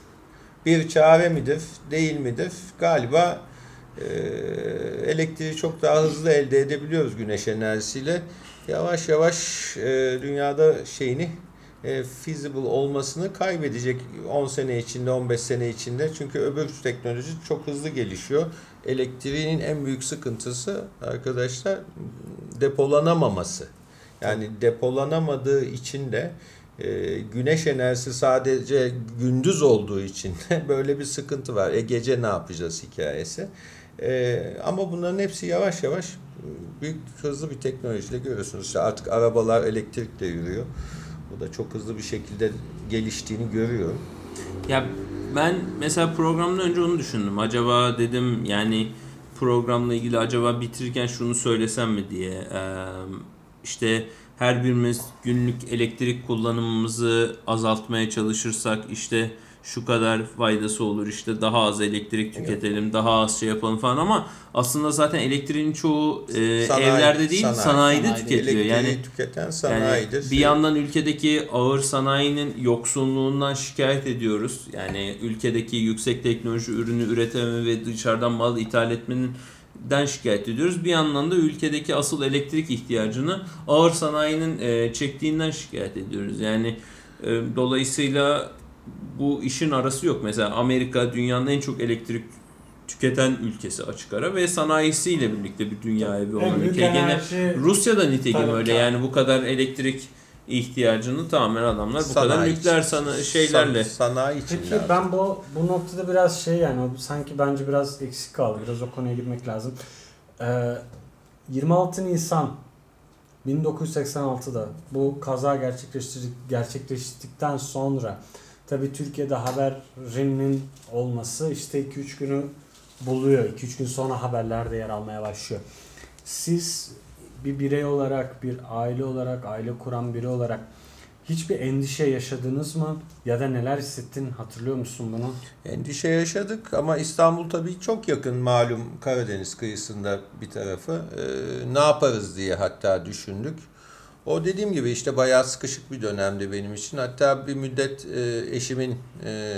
bir çare midir, değil midir? Galiba e, elektriği çok daha hızlı elde edebiliyoruz güneş enerjisiyle. Yavaş yavaş e, dünyada şeyini e, feasible olmasını kaybedecek on sene içinde, on beş sene içinde. Çünkü öbür teknoloji çok hızlı gelişiyor. Elektriğin en büyük sıkıntısı arkadaşlar depolanamaması. Yani depolanamadığı için de e, güneş enerjisi sadece gündüz olduğu için de böyle bir sıkıntı var. E gece ne yapacağız hikayesi. E, ama bunların hepsi yavaş yavaş büyük hızlı bir teknolojiyle görüyorsunuz. İşte artık arabalar elektrikle yürüyor. Bu da çok hızlı bir şekilde geliştiğini görüyorum. Ya ben mesela programdan önce onu düşündüm. Acaba dedim yani programla ilgili acaba bitirirken şunu söylesem mi diye. Ee, işte her birimiz günlük elektrik kullanımımızı azaltmaya çalışırsak işte şu kadar faydası olur, işte daha az elektrik tüketelim, daha az şey yapalım falan, ama aslında zaten elektriğin çoğu e, Sanayi, evlerde değil sanayi. sanayide Sanayide. tüketiliyor. Elektriği Yani tüketen sanayidir. Yani bir yandan ülkedeki ağır sanayinin yoksunluğundan şikayet ediyoruz. Yani ülkedeki yüksek teknoloji ürünü üreteme ve dışarıdan mal ithal etmeden şikayet ediyoruz. Bir yandan da ülkedeki asıl elektrik ihtiyacını ağır sanayinin e, çektiğinden şikayet ediyoruz. Yani e, dolayısıyla bu işin arası yok. Mesela Amerika dünyanın en çok elektrik tüketen ülkesi açık ara ve sanayisiyle birlikte bir dünya evi olan ülke. Gene Rusya da nitekim Tabii, öyle. tabii. Yani bu kadar elektrik ihtiyacını tamamen adamlar bu Sanayi kadar nükleer için. sana şeylerle. San- sanayi için Peki lazım. ben bu bu noktada biraz şey yani o sanki bence biraz eksik kaldı. Biraz o konuya girmek lazım. Ee, yirmi altı Nisan bin dokuz yüz seksen altıda bu kaza gerçekleştirdik, gerçekleştikten sonra tabii Türkiye'de haberinin olması işte iki üç günü buluyor. iki üç gün sonra haberlerde yer almaya başlıyor. Siz bir birey olarak, bir aile olarak, aile kuran biri olarak hiçbir endişe yaşadınız mı? Ya da neler hissettin? Hatırlıyor musun bunu? Endişe yaşadık ama İstanbul tabii çok yakın, malum Karadeniz kıyısında bir tarafı. Ee, ne yaparız diye hatta düşündük. O dediğim gibi işte bayağı sıkışık bir dönemdi benim için. Hatta bir müddet e, eşimin e,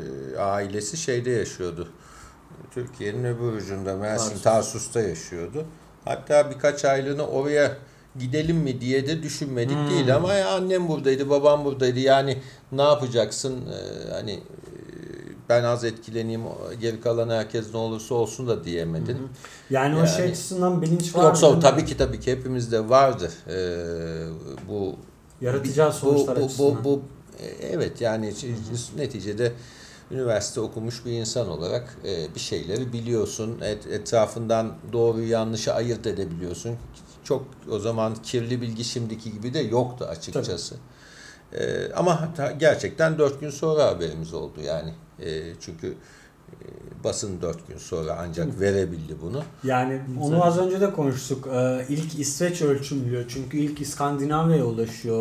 ailesi şeyde yaşıyordu. Türkiye'nin öbür ucunda, Mersin, Tarsus. Tarsus'ta yaşıyordu. Hatta birkaç aylığına oraya gidelim mi diye de düşünmedik Hmm. değil ama ya annem buradaydı, babam buradaydı. Yani ne yapacaksın? Ee, hani e, ben az etkileneyim, geri kalan herkes ne olursa olsun da diyemedin. Yani, o Yani- şey açısından bilinç var Yoksa mı? tabii ki tabii ki hepimizde vardı. Ee, bu Yaratacağı sonuçlar bu, bu, açısından. bu, bu, evet yani neticede üniversite okumuş bir insan olarak e, bir şeyleri biliyorsun. Et, etrafından doğruyu yanlışı ayırt edebiliyorsun. Çok o zaman kirli bilgi şimdiki gibi de yoktu açıkçası. E, ama ta- gerçekten dört gün sonra haberimiz oldu yani. E, çünkü e, basın dört gün sonra ancak verebildi bunu. Yani onu az önce de konuştuk. Ee, ilk İsveç ölçümlüyor. Çünkü ilk İskandinavya'ya ulaşıyor.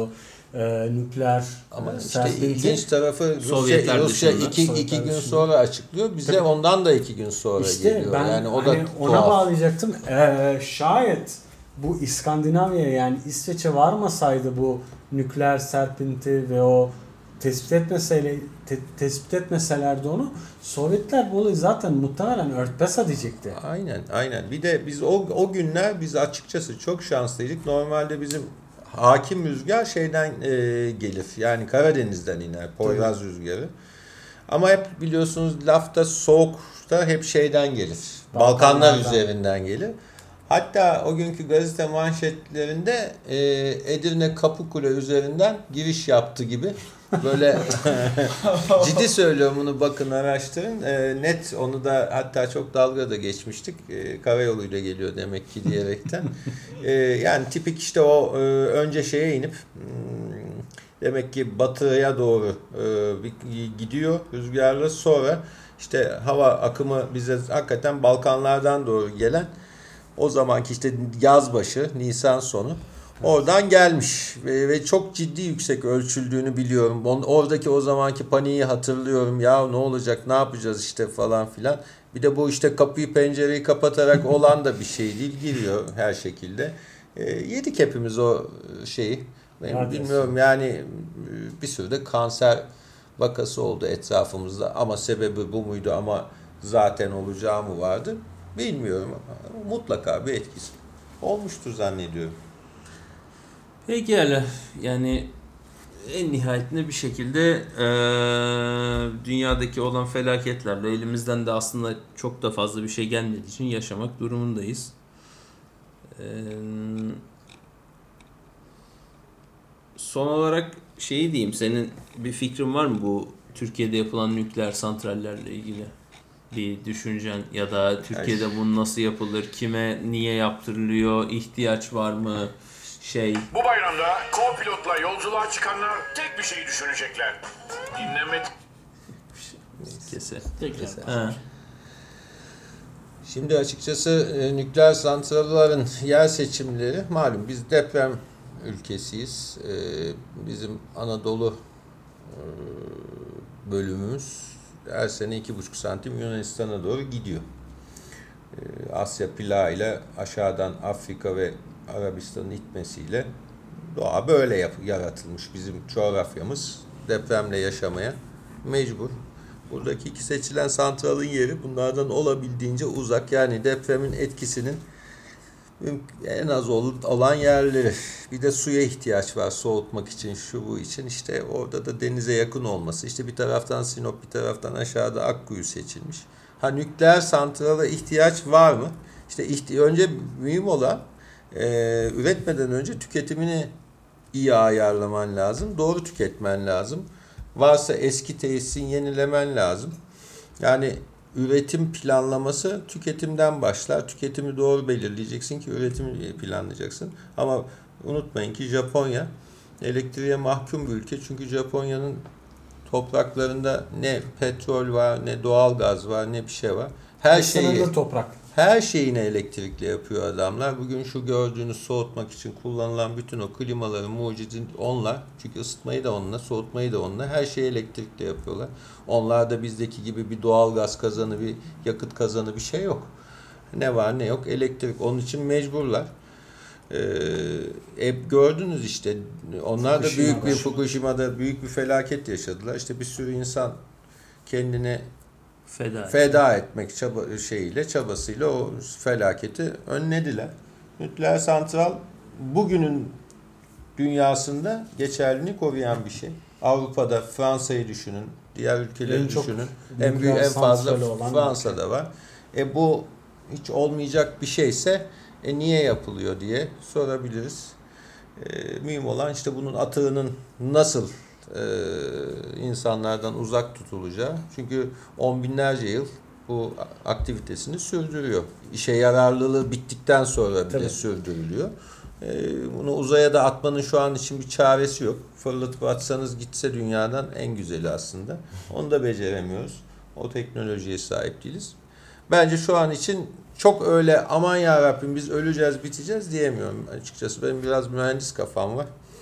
e, nükleer Ama e, işte serpinti. ilginç tarafı Rusya, Sovyetler Rusya dışında. iki, Sovyetler iki gün dışında. sonra açıklıyor. Bize Tabii. ondan da iki gün sonra İşte geliyor. ben Yani o hani da ona tuhaf. bağlayacaktım. Ee, şayet bu İskandinavya yani İsveç'e varmasaydı bu nükleer serpinti ve o tespit etmeseyle te- tespit etmeselerdi onu, Sovyetler bu olayı zaten muhtemelen örtbas edecekti. Aynen, aynen. Bir de biz o o günler biz açıkçası çok şanslıydık. Normalde bizim hakim rüzgar şeyden e, gelir. Yani Karadeniz'den iner. Poyraz rüzgarı. Ama hep biliyorsunuz lafta soğukta hep şeyden gelir. Balkanlar Balkanlardan. üzerinden gelir. Hatta o günkü gazete manşetlerinde e, Edirne Kapıkule üzerinden giriş yaptı gibi. Böyle ciddi söylüyorum, bunu bakın araştırın. E, net onu da hatta çok dalga da geçmiştik. E, karayoluyla geliyor demek ki diyerekten. E, yani tipik işte o e, önce şeye inip hmm, demek ki batıya doğru e, bir- gidiyor rüzgarla, sonra işte hava akımı bize hakikaten Balkanlardan doğru gelen, o zamanki işte yaz başı, Nisan sonu oradan gelmiş ve, ve çok ciddi yüksek ölçüldüğünü biliyorum. On- Oradaki o zamanki paniği hatırlıyorum. Ya ne olacak, ne yapacağız işte falan filan. Bir de bu işte kapıyı pencereyi kapatarak olan da bir şey değil. Giriyor her şekilde. E, yedik hepimiz o şeyi. Ben Ya bilmiyorum yani e, bir sürü de kanser vakası oldu etrafımızda. Ama sebebi bu muydu, ama zaten olacağı mı vardı? Bilmiyorum ama mutlaka bir etkisi olmuştur zannediyorum. Peki yani, yani en nihayetinde bir şekilde eee, dünyadaki olan felaketlerle elimizden de aslında çok da fazla bir şey gelmediği için yaşamak durumundayız. Eee, son olarak şeyi diyeyim, senin bir fikrin var mı bu Türkiye'de yapılan nükleer santrallerle ilgili? Bir düşüncen ya da Türkiye'de bu nasıl yapılır, kime, niye yaptırılıyor, ihtiyaç var mı? Şey, Bu bayramda co-pilotla yolculuğa çıkanlar tek bir şeyi düşünecekler. Dinlenme kese. Tekrar. Ha. Şimdi açıkçası e, nükleer santrallerin yer seçimleri malum, biz deprem ülkesiyiz. E, bizim Anadolu e, bölümümüz her sene iki buçuk santim Yunanistan'a doğru gidiyor. E, Asya plağı ile aşağıdan Afrika ve Arabistan'ın itmesiyle doğa böyle yap- yaratılmış. Bizim coğrafyamız depremle yaşamaya mecbur. Buradaki iki seçilen santralın yeri bunlardan olabildiğince uzak. Yani depremin etkisinin en az olan yerleri. Bir de suya ihtiyaç var soğutmak için, şu bu için. İşte orada da denize yakın olması. İşte bir taraftan Sinop, bir taraftan aşağıda Akkuyu seçilmiş. Ha, nükleer santrala ihtiyaç var mı? İşte ihti- önce mühim olan e, üretmeden önce tüketimini iyi ayarlaman lazım. Doğru tüketmen lazım. Varsa eski tesisin yenilemen lazım. Yani üretim planlaması tüketimden başlar. Tüketimi doğru belirleyeceksin ki üretimi planlayacaksın. Ama unutmayın ki Japonya elektriğe mahkum bir ülke. Çünkü Japonya'nın topraklarında ne petrol var, ne doğal gaz var, ne bir şey var. Her şeyi Sınırlı toprak. her şeyini elektrikle yapıyor adamlar. Bugün şu gördüğünüz soğutmak için kullanılan bütün o klimaların mucidi onlar. Çünkü ısıtmayı da onunla, soğutmayı da onunla. Her şeyi elektrikle yapıyorlar. Onlarda bizdeki gibi bir doğal gaz kazanı, bir yakıt kazanı bir şey yok. Ne var ne yok elektrik. Onun için mecburlar. Ee, hep gördünüz işte. Onlar da büyük bir Fukushima'da büyük bir felaket yaşadılar. İşte bir sürü insan kendine Feda. feda etmek çaba şeyiyle, çabasıyla o felaketi önlediler. Nükleer santral bugünün dünyasında geçerliliğini koruyan bir şey. Avrupa'da Fransa'yı düşünün, diğer ülkeleri En çok düşünün. En büyük, en fazla Fransa'da var. E bu hiç olmayacak bir şeyse e niye yapılıyor diye sorabiliriz. E, mühim olan işte bunun atığının nasıl e, insanlardan uzak tutulacağı. Çünkü on binlerce yıl bu aktivitesini sürdürüyor. İşe yararlılığı bittikten sonra bile Tabii. sürdürülüyor. E, bunu uzaya da atmanın şu an için bir çaresi yok. Fırlatıp atsanız gitse dünyadan en güzeli aslında. Onu da beceremiyoruz. O teknolojiye sahip değiliz. Bence şu an için çok öyle aman ya Rabbim biz öleceğiz biteceğiz diyemiyorum açıkçası. Benim biraz mühendis kafam var.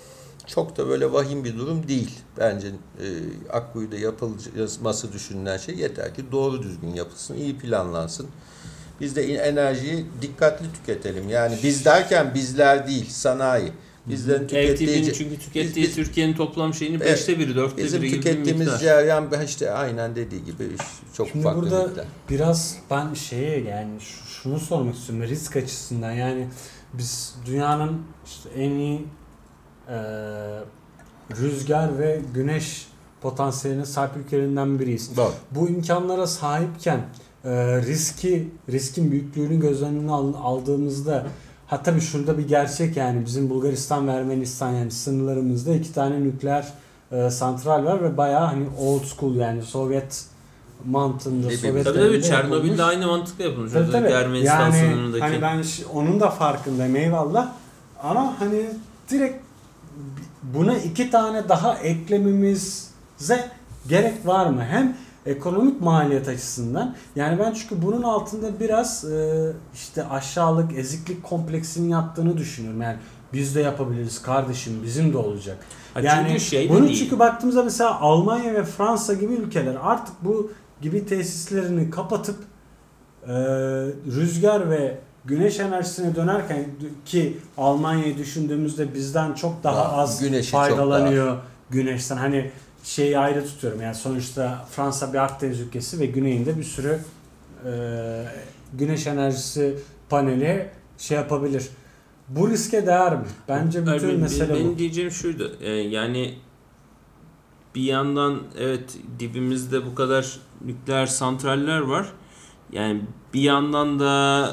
çok da böyle vahim bir durum değil. Bence e, Akkuyu'da yapılması düşünülen şey yeter ki doğru düzgün yapılsın, iyi planlansın. Biz de enerjiyi dikkatli tüketelim. Yani biz derken bizler değil, sanayi. Bizlerin tükettiği çünkü tükettiği biz, Türkiye'nin toplam şeyini evet, beşte biri, dörtte biri gibi bir miktar. Bizim tükettiğimiz cereyan işte aynen dediği gibi çok Şimdi farklı burada miktar. Biraz ben şeye yani şunu sormak istiyorum risk açısından, yani biz dünyanın işte en iyi e, rüzgar ve güneş potansiyeline sahip ülkelerinden biriyiz. Doğru. Bu imkanlara sahipken e, riski riskin büyüklüğünü göz önüne aldığımızda, ha tabii şurada bir gerçek, yani bizim Bulgaristan ve Ermenistan yani sınırlarımızda iki tane nükleer e, santral var ve bayağı hani old school, yani Sovyet mantığında, Sovyet tabii tabii Çernobil'de aynı mantıkla yapılmış. Tabii, tabii. Ermenistan yani, sınırındaki. Hani ben onun da farkındayım eyvallah, ama hani direkt buna iki tane daha eklememize gerek var mı? Hem ekonomik maliyet açısından, yani ben çünkü bunun altında biraz e, işte aşağılık, eziklik kompleksinin yattığını düşünüyorum. Yani biz de yapabiliriz kardeşim, bizim de olacak. Ha, yani çünkü şey bunu değil. Çünkü baktığımızda mesela Almanya ve Fransa gibi ülkeler artık bu gibi tesislerini kapatıp e, rüzgar ve güneş enerjisine dönerken, ki Almanya'yı düşündüğümüzde bizden çok daha, daha az faydalanıyor daha. güneşten. Hani şeyi ayrı tutuyorum, yani sonuçta Fransa bir Akdeniz ülkesi ve güneyinde bir sürü e, güneş enerjisi paneli şey yapabilir. Bu riske değer mi? Bence bütün benim, mesele benim bu. Benim diyeceğim şuydu. Ee, yani bir yandan evet dibimizde bu kadar nükleer santraller var. Yani bir yandan da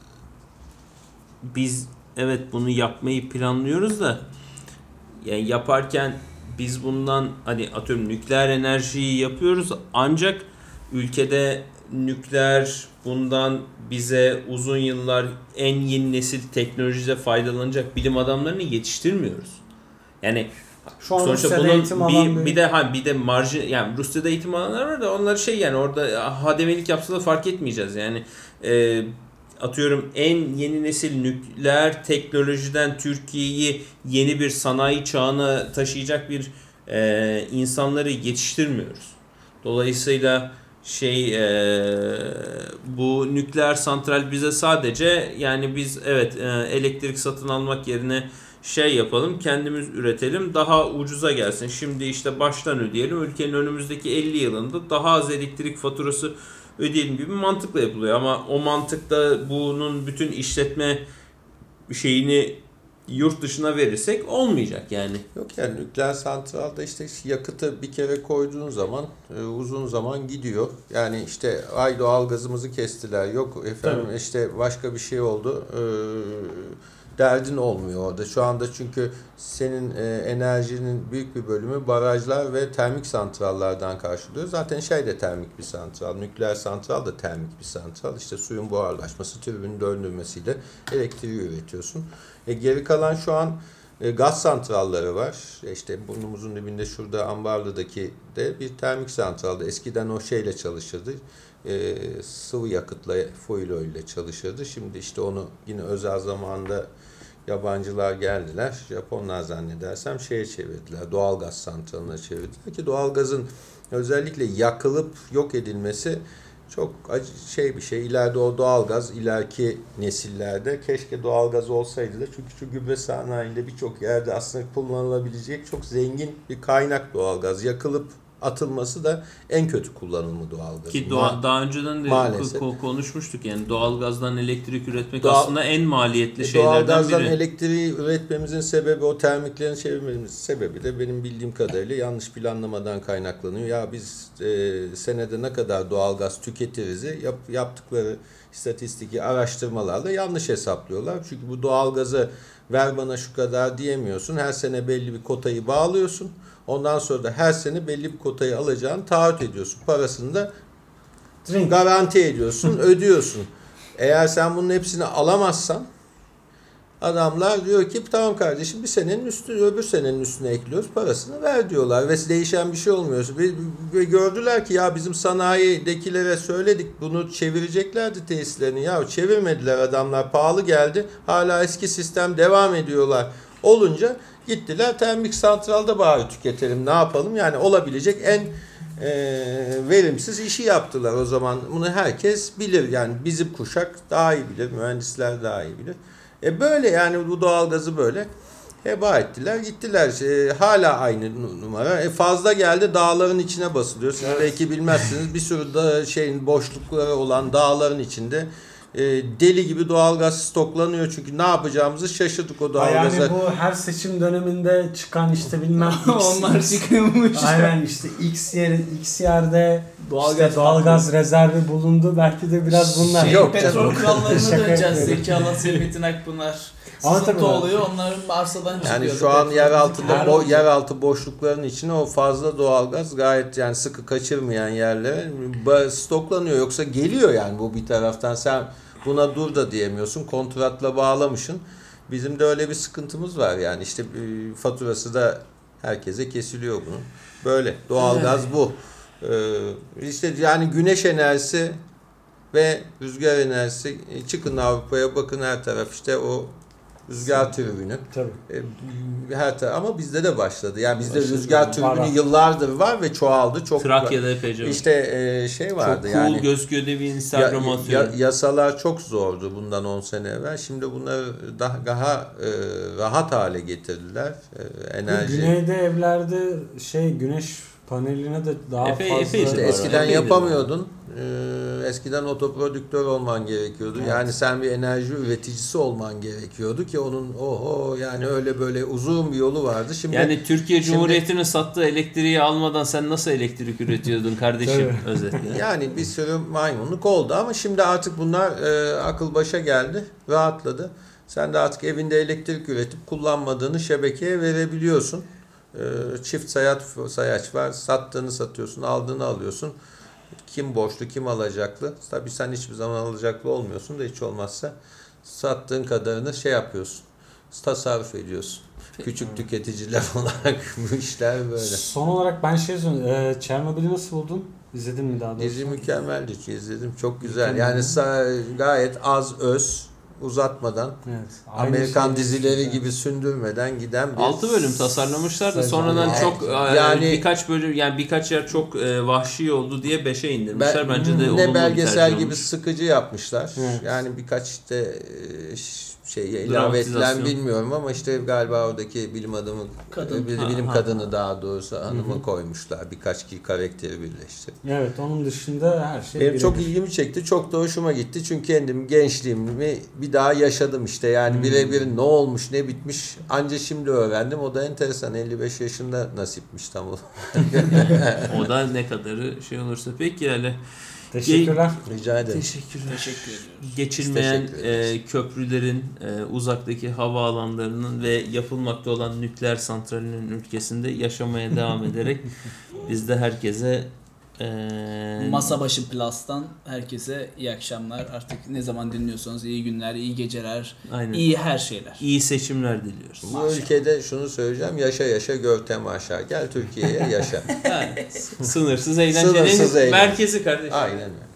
biz evet bunu yapmayı planlıyoruz da yani yaparken biz bundan hani atıyorum nükleer enerjiyi yapıyoruz, ancak ülkede nükleer bundan bize uzun yıllar en yeni nesil teknolojide faydalanacak bilim adamlarını yetiştirmiyoruz. Yani şu an sonuçta bunun bir, bir de ha bir de marjı, yani Rusya'da eğitim alanlar var da onlar şey, yani orada hademelik yapsa da fark etmeyeceğiz. Yani e, atıyorum en yeni nesil nükleer teknolojiden Türkiye'yi yeni bir sanayi çağına taşıyacak bir e, insanları yetiştirmiyoruz. Dolayısıyla şey e, bu nükleer santral bize sadece, yani biz evet e, elektrik satın almak yerine şey yapalım, kendimiz üretelim, daha ucuza gelsin. Şimdi işte baştan ödeyelim, ülkenin önümüzdeki elli yılında daha az elektrik faturası ödeyelim gibi bir mantıkla yapılıyor. Ama o mantıkta bunun bütün işletme şeyini yurt dışına verirsek olmayacak yani. Yok yani nükleer santralda işte yakıtı bir kere koyduğun zaman e, uzun zaman gidiyor. Yani işte ay doğalgazımızı kestiler, yok efendim Tabii. işte başka bir şey oldu. E, derdin olmuyor orada. Şu anda çünkü senin e, enerjinin büyük bir bölümü barajlar ve termik santrallardan karşılıyor. Zaten şey de termik bir santral. Nükleer santral da termik bir santral. İşte suyun buharlaşması, türbünün döndürmesiyle elektriği üretiyorsun. E, geri kalan şu an e, gaz santralları var. E, işte burnumuzun dibinde şurada Ambarlı'daki de bir termik santraldı. Eskiden o şeyle çalışırdı. E, sıvı yakıtla, foil oil ile çalışırdı. Şimdi işte onu yine özel zamanda yabancılar geldiler. Japonlar zannedersem şeye çevirdiler. Doğalgaz santralına çevirdiler ki doğalgazın özellikle yakılıp yok edilmesi çok acı şey bir şey. İleride o doğalgaz ileriki nesillerde keşke doğalgaz olsaydı da, çünkü şu gübre sanayinde birçok yerde aslında kullanılabilecek çok zengin bir kaynak doğalgaz. Yakılıp atılması da en kötü kullanımı doğalgaz. Ki doğa, daha önceden de Maalesef. konuşmuştuk, yani doğalgazdan elektrik üretmek Doğal, aslında en maliyetli şeylerden biri. Doğalgazdan elektriği üretmemizin sebebi, o termiklerin çevirmemizin sebebi de benim bildiğim kadarıyla yanlış planlamadan kaynaklanıyor. Ya biz e, senede ne kadar doğalgaz tüketirizi yap, yaptıkları istatistiki araştırmalarla yanlış hesaplıyorlar. Çünkü bu doğalgazı ver bana şu kadar diyemiyorsun. Her sene belli bir kotayı bağlıyorsun. Ondan sonra da her sene belli bir kotayı alacağını taahhüt ediyorsun. Parasını da Drink. garanti ediyorsun, ödüyorsun. Eğer sen bunun hepsini alamazsan adamlar diyor ki tamam kardeşim bir senenin üstü, öbür senenin üstüne ekliyoruz, parasını ver diyorlar. Ve değişen bir şey olmuyor. Ve, ve gördüler ki ya bizim sanayidekilere söyledik bunu çevireceklerdi tesislerini. Ya çevirmediler adamlar, pahalı geldi. Hala eski sistem devam ediyorlar. olunca gittiler termik santralda bari tüketelim, ne yapalım? Yani olabilecek en e, verimsiz işi yaptılar o zaman. Bunu herkes bilir. Yani bizim kuşak daha iyi bilir, mühendisler daha iyi bilir. E böyle yani bu doğalgazı böyle heba ettiler, gittiler. E, hala aynı numara. E, fazla geldi, dağların içine basılıyor. Siz evet. belki bilmezsiniz. Bir sürü da şeyin boşlukları olan dağların içinde e, deli gibi doğalgaz stoklanıyor. Çünkü ne yapacağımızı şaşırdık o doğalgaza. Yani bu her seçim döneminde çıkan işte bilmem onlar çıkıyormuş. Aynen işte X yerin X yerde doğalgaz, işte doğalgaz rezervi bulundu. Belki de biraz bunlar. Şey, yok petrol krallarına döneceğiz. yapıyorum. Zeki Alan, Selmetin Akpınar. Ama Sızıntı tabii. oluyor. Onların arsadan çıkıyor. Yani şu an yer altında Her bo- şey. yer altı boşlukların içine o fazla doğalgaz gayet yani sıkı kaçırmayan yerlere ba- stoklanıyor. Yoksa geliyor yani bu bir taraftan, sen buna dur da diyemiyorsun. Kontratla bağlamışsın. Bizim de öyle bir sıkıntımız var yani işte e, faturası da herkese kesiliyor bunun. Böyle doğalgaz bu. Ee, işte yani güneş enerjisi ve rüzgar enerjisi, e, çıkın Avrupa'ya bakın, her taraf işte o rüzgar türbünü. Tabii. E, her taraf, ama bizde de başladı. Yani bizde Başladı. rüzgar türbünü Var. yıllardır var ve çoğaldı. Çok Trakya'da epeyce var. işte e, şey vardı çok cool yani. gözüküyor diye bir Ya, Instagram'a ya, atıyorum. yasalar çok zordu bundan on sene evvel. Şimdi bunları daha, daha e, rahat hale getirdiler. E, enerji. Güneyde evlerde şey güneş paneline de daha Epey- fazla. epey İşte var. eskiden Epeydir yapamıyordun. Ee, eskiden otoprodüktör olman gerekiyordu. Evet. Yani sen bir enerji üreticisi olman gerekiyordu ki onun oho yani öyle böyle uzun bir yolu vardı. Şimdi Yani Türkiye şimdi- Cumhuriyeti'nin sattığı elektriği almadan sen nasıl elektrik üretiyordun kardeşim özetle? yani bir sürü maymunluk oldu ama şimdi artık bunlar e, akıl başa geldi, rahatladı. Sen de artık evinde elektrik üretip kullanmadığını şebekeye verebiliyorsun. E, çift sayaç, sayaç var. Sattığını satıyorsun, aldığını alıyorsun. Kim borçlu, kim alacaklı? Tabii sen hiçbir zaman alacaklı olmuyorsun da hiç olmazsa sattığın kadarını şey yapıyorsun. Tasarruf ediyorsun. Küçük tüketiciler olarak bu işler böyle. Son olarak ben şey söyleyeyim. E, Çernobil'i nasıl buldun? İzledin mi daha doğrusu? Dizi mükemmeldi. İzledim. Çok güzel. Mükemmel. Yani sa- gayet az öz, uzatmadan, Evet. Aynı Amerikan şey- dizileri Evet. gibi sündürmeden giden bir altı bölüm tasarlamışlar da Sezon. sonradan Evet. çok e, Yani- birkaç bölüm yani birkaç yer çok e, vahşi oldu diye beşe indirmişler. Ben- Bence de ne olumlu bir belgesel tercih gibi olmuş. sıkıcı yapmışlar. Evet. Yani birkaç işte e, şey ilave edilen Dramatizasyon. bilmiyorum ama işte galiba oradaki bilim adamı Kadın. e, bir Ha, bilim ha. kadını daha doğrusu hanımı koymuşlar. Birkaç ki karakteri birleşti. Evet, onun dışında her şey Benim çok birebir. ilgimi çekti. Çok da hoşuma gitti. Çünkü kendim gençliğimi bir daha yaşadım işte. Yani Hmm. birebir ne olmuş, ne bitmiş anca şimdi öğrendim. O da enteresan. elli beş yaşında nasipmiş tam o. O da ne kadarı şey olursa. Peki yani Teşekkürler. Rica ederim. teşekkürler. Teşekkür ediyoruz. Geçilmeyen Teşekkür ederiz. e, köprülerin, e, uzaktaki havaalanlarının ve yapılmakta olan nükleer santralinin ülkesinde yaşamaya devam ederek biz de herkese e, Masa başı Plus'tan herkese iyi akşamlar. Artık ne zaman dinliyorsanız iyi günler, iyi geceler, aynen. iyi her şeyler. iyi seçimler diliyoruz. Bu ülkede şunu söyleyeceğim. Yaşa yaşa gör temaşa. Gel Türkiye'ye yaşa. Yani, sınırsız eğlencenin Sınırsız eğlence. merkezi kardeşim. Aynen öyle.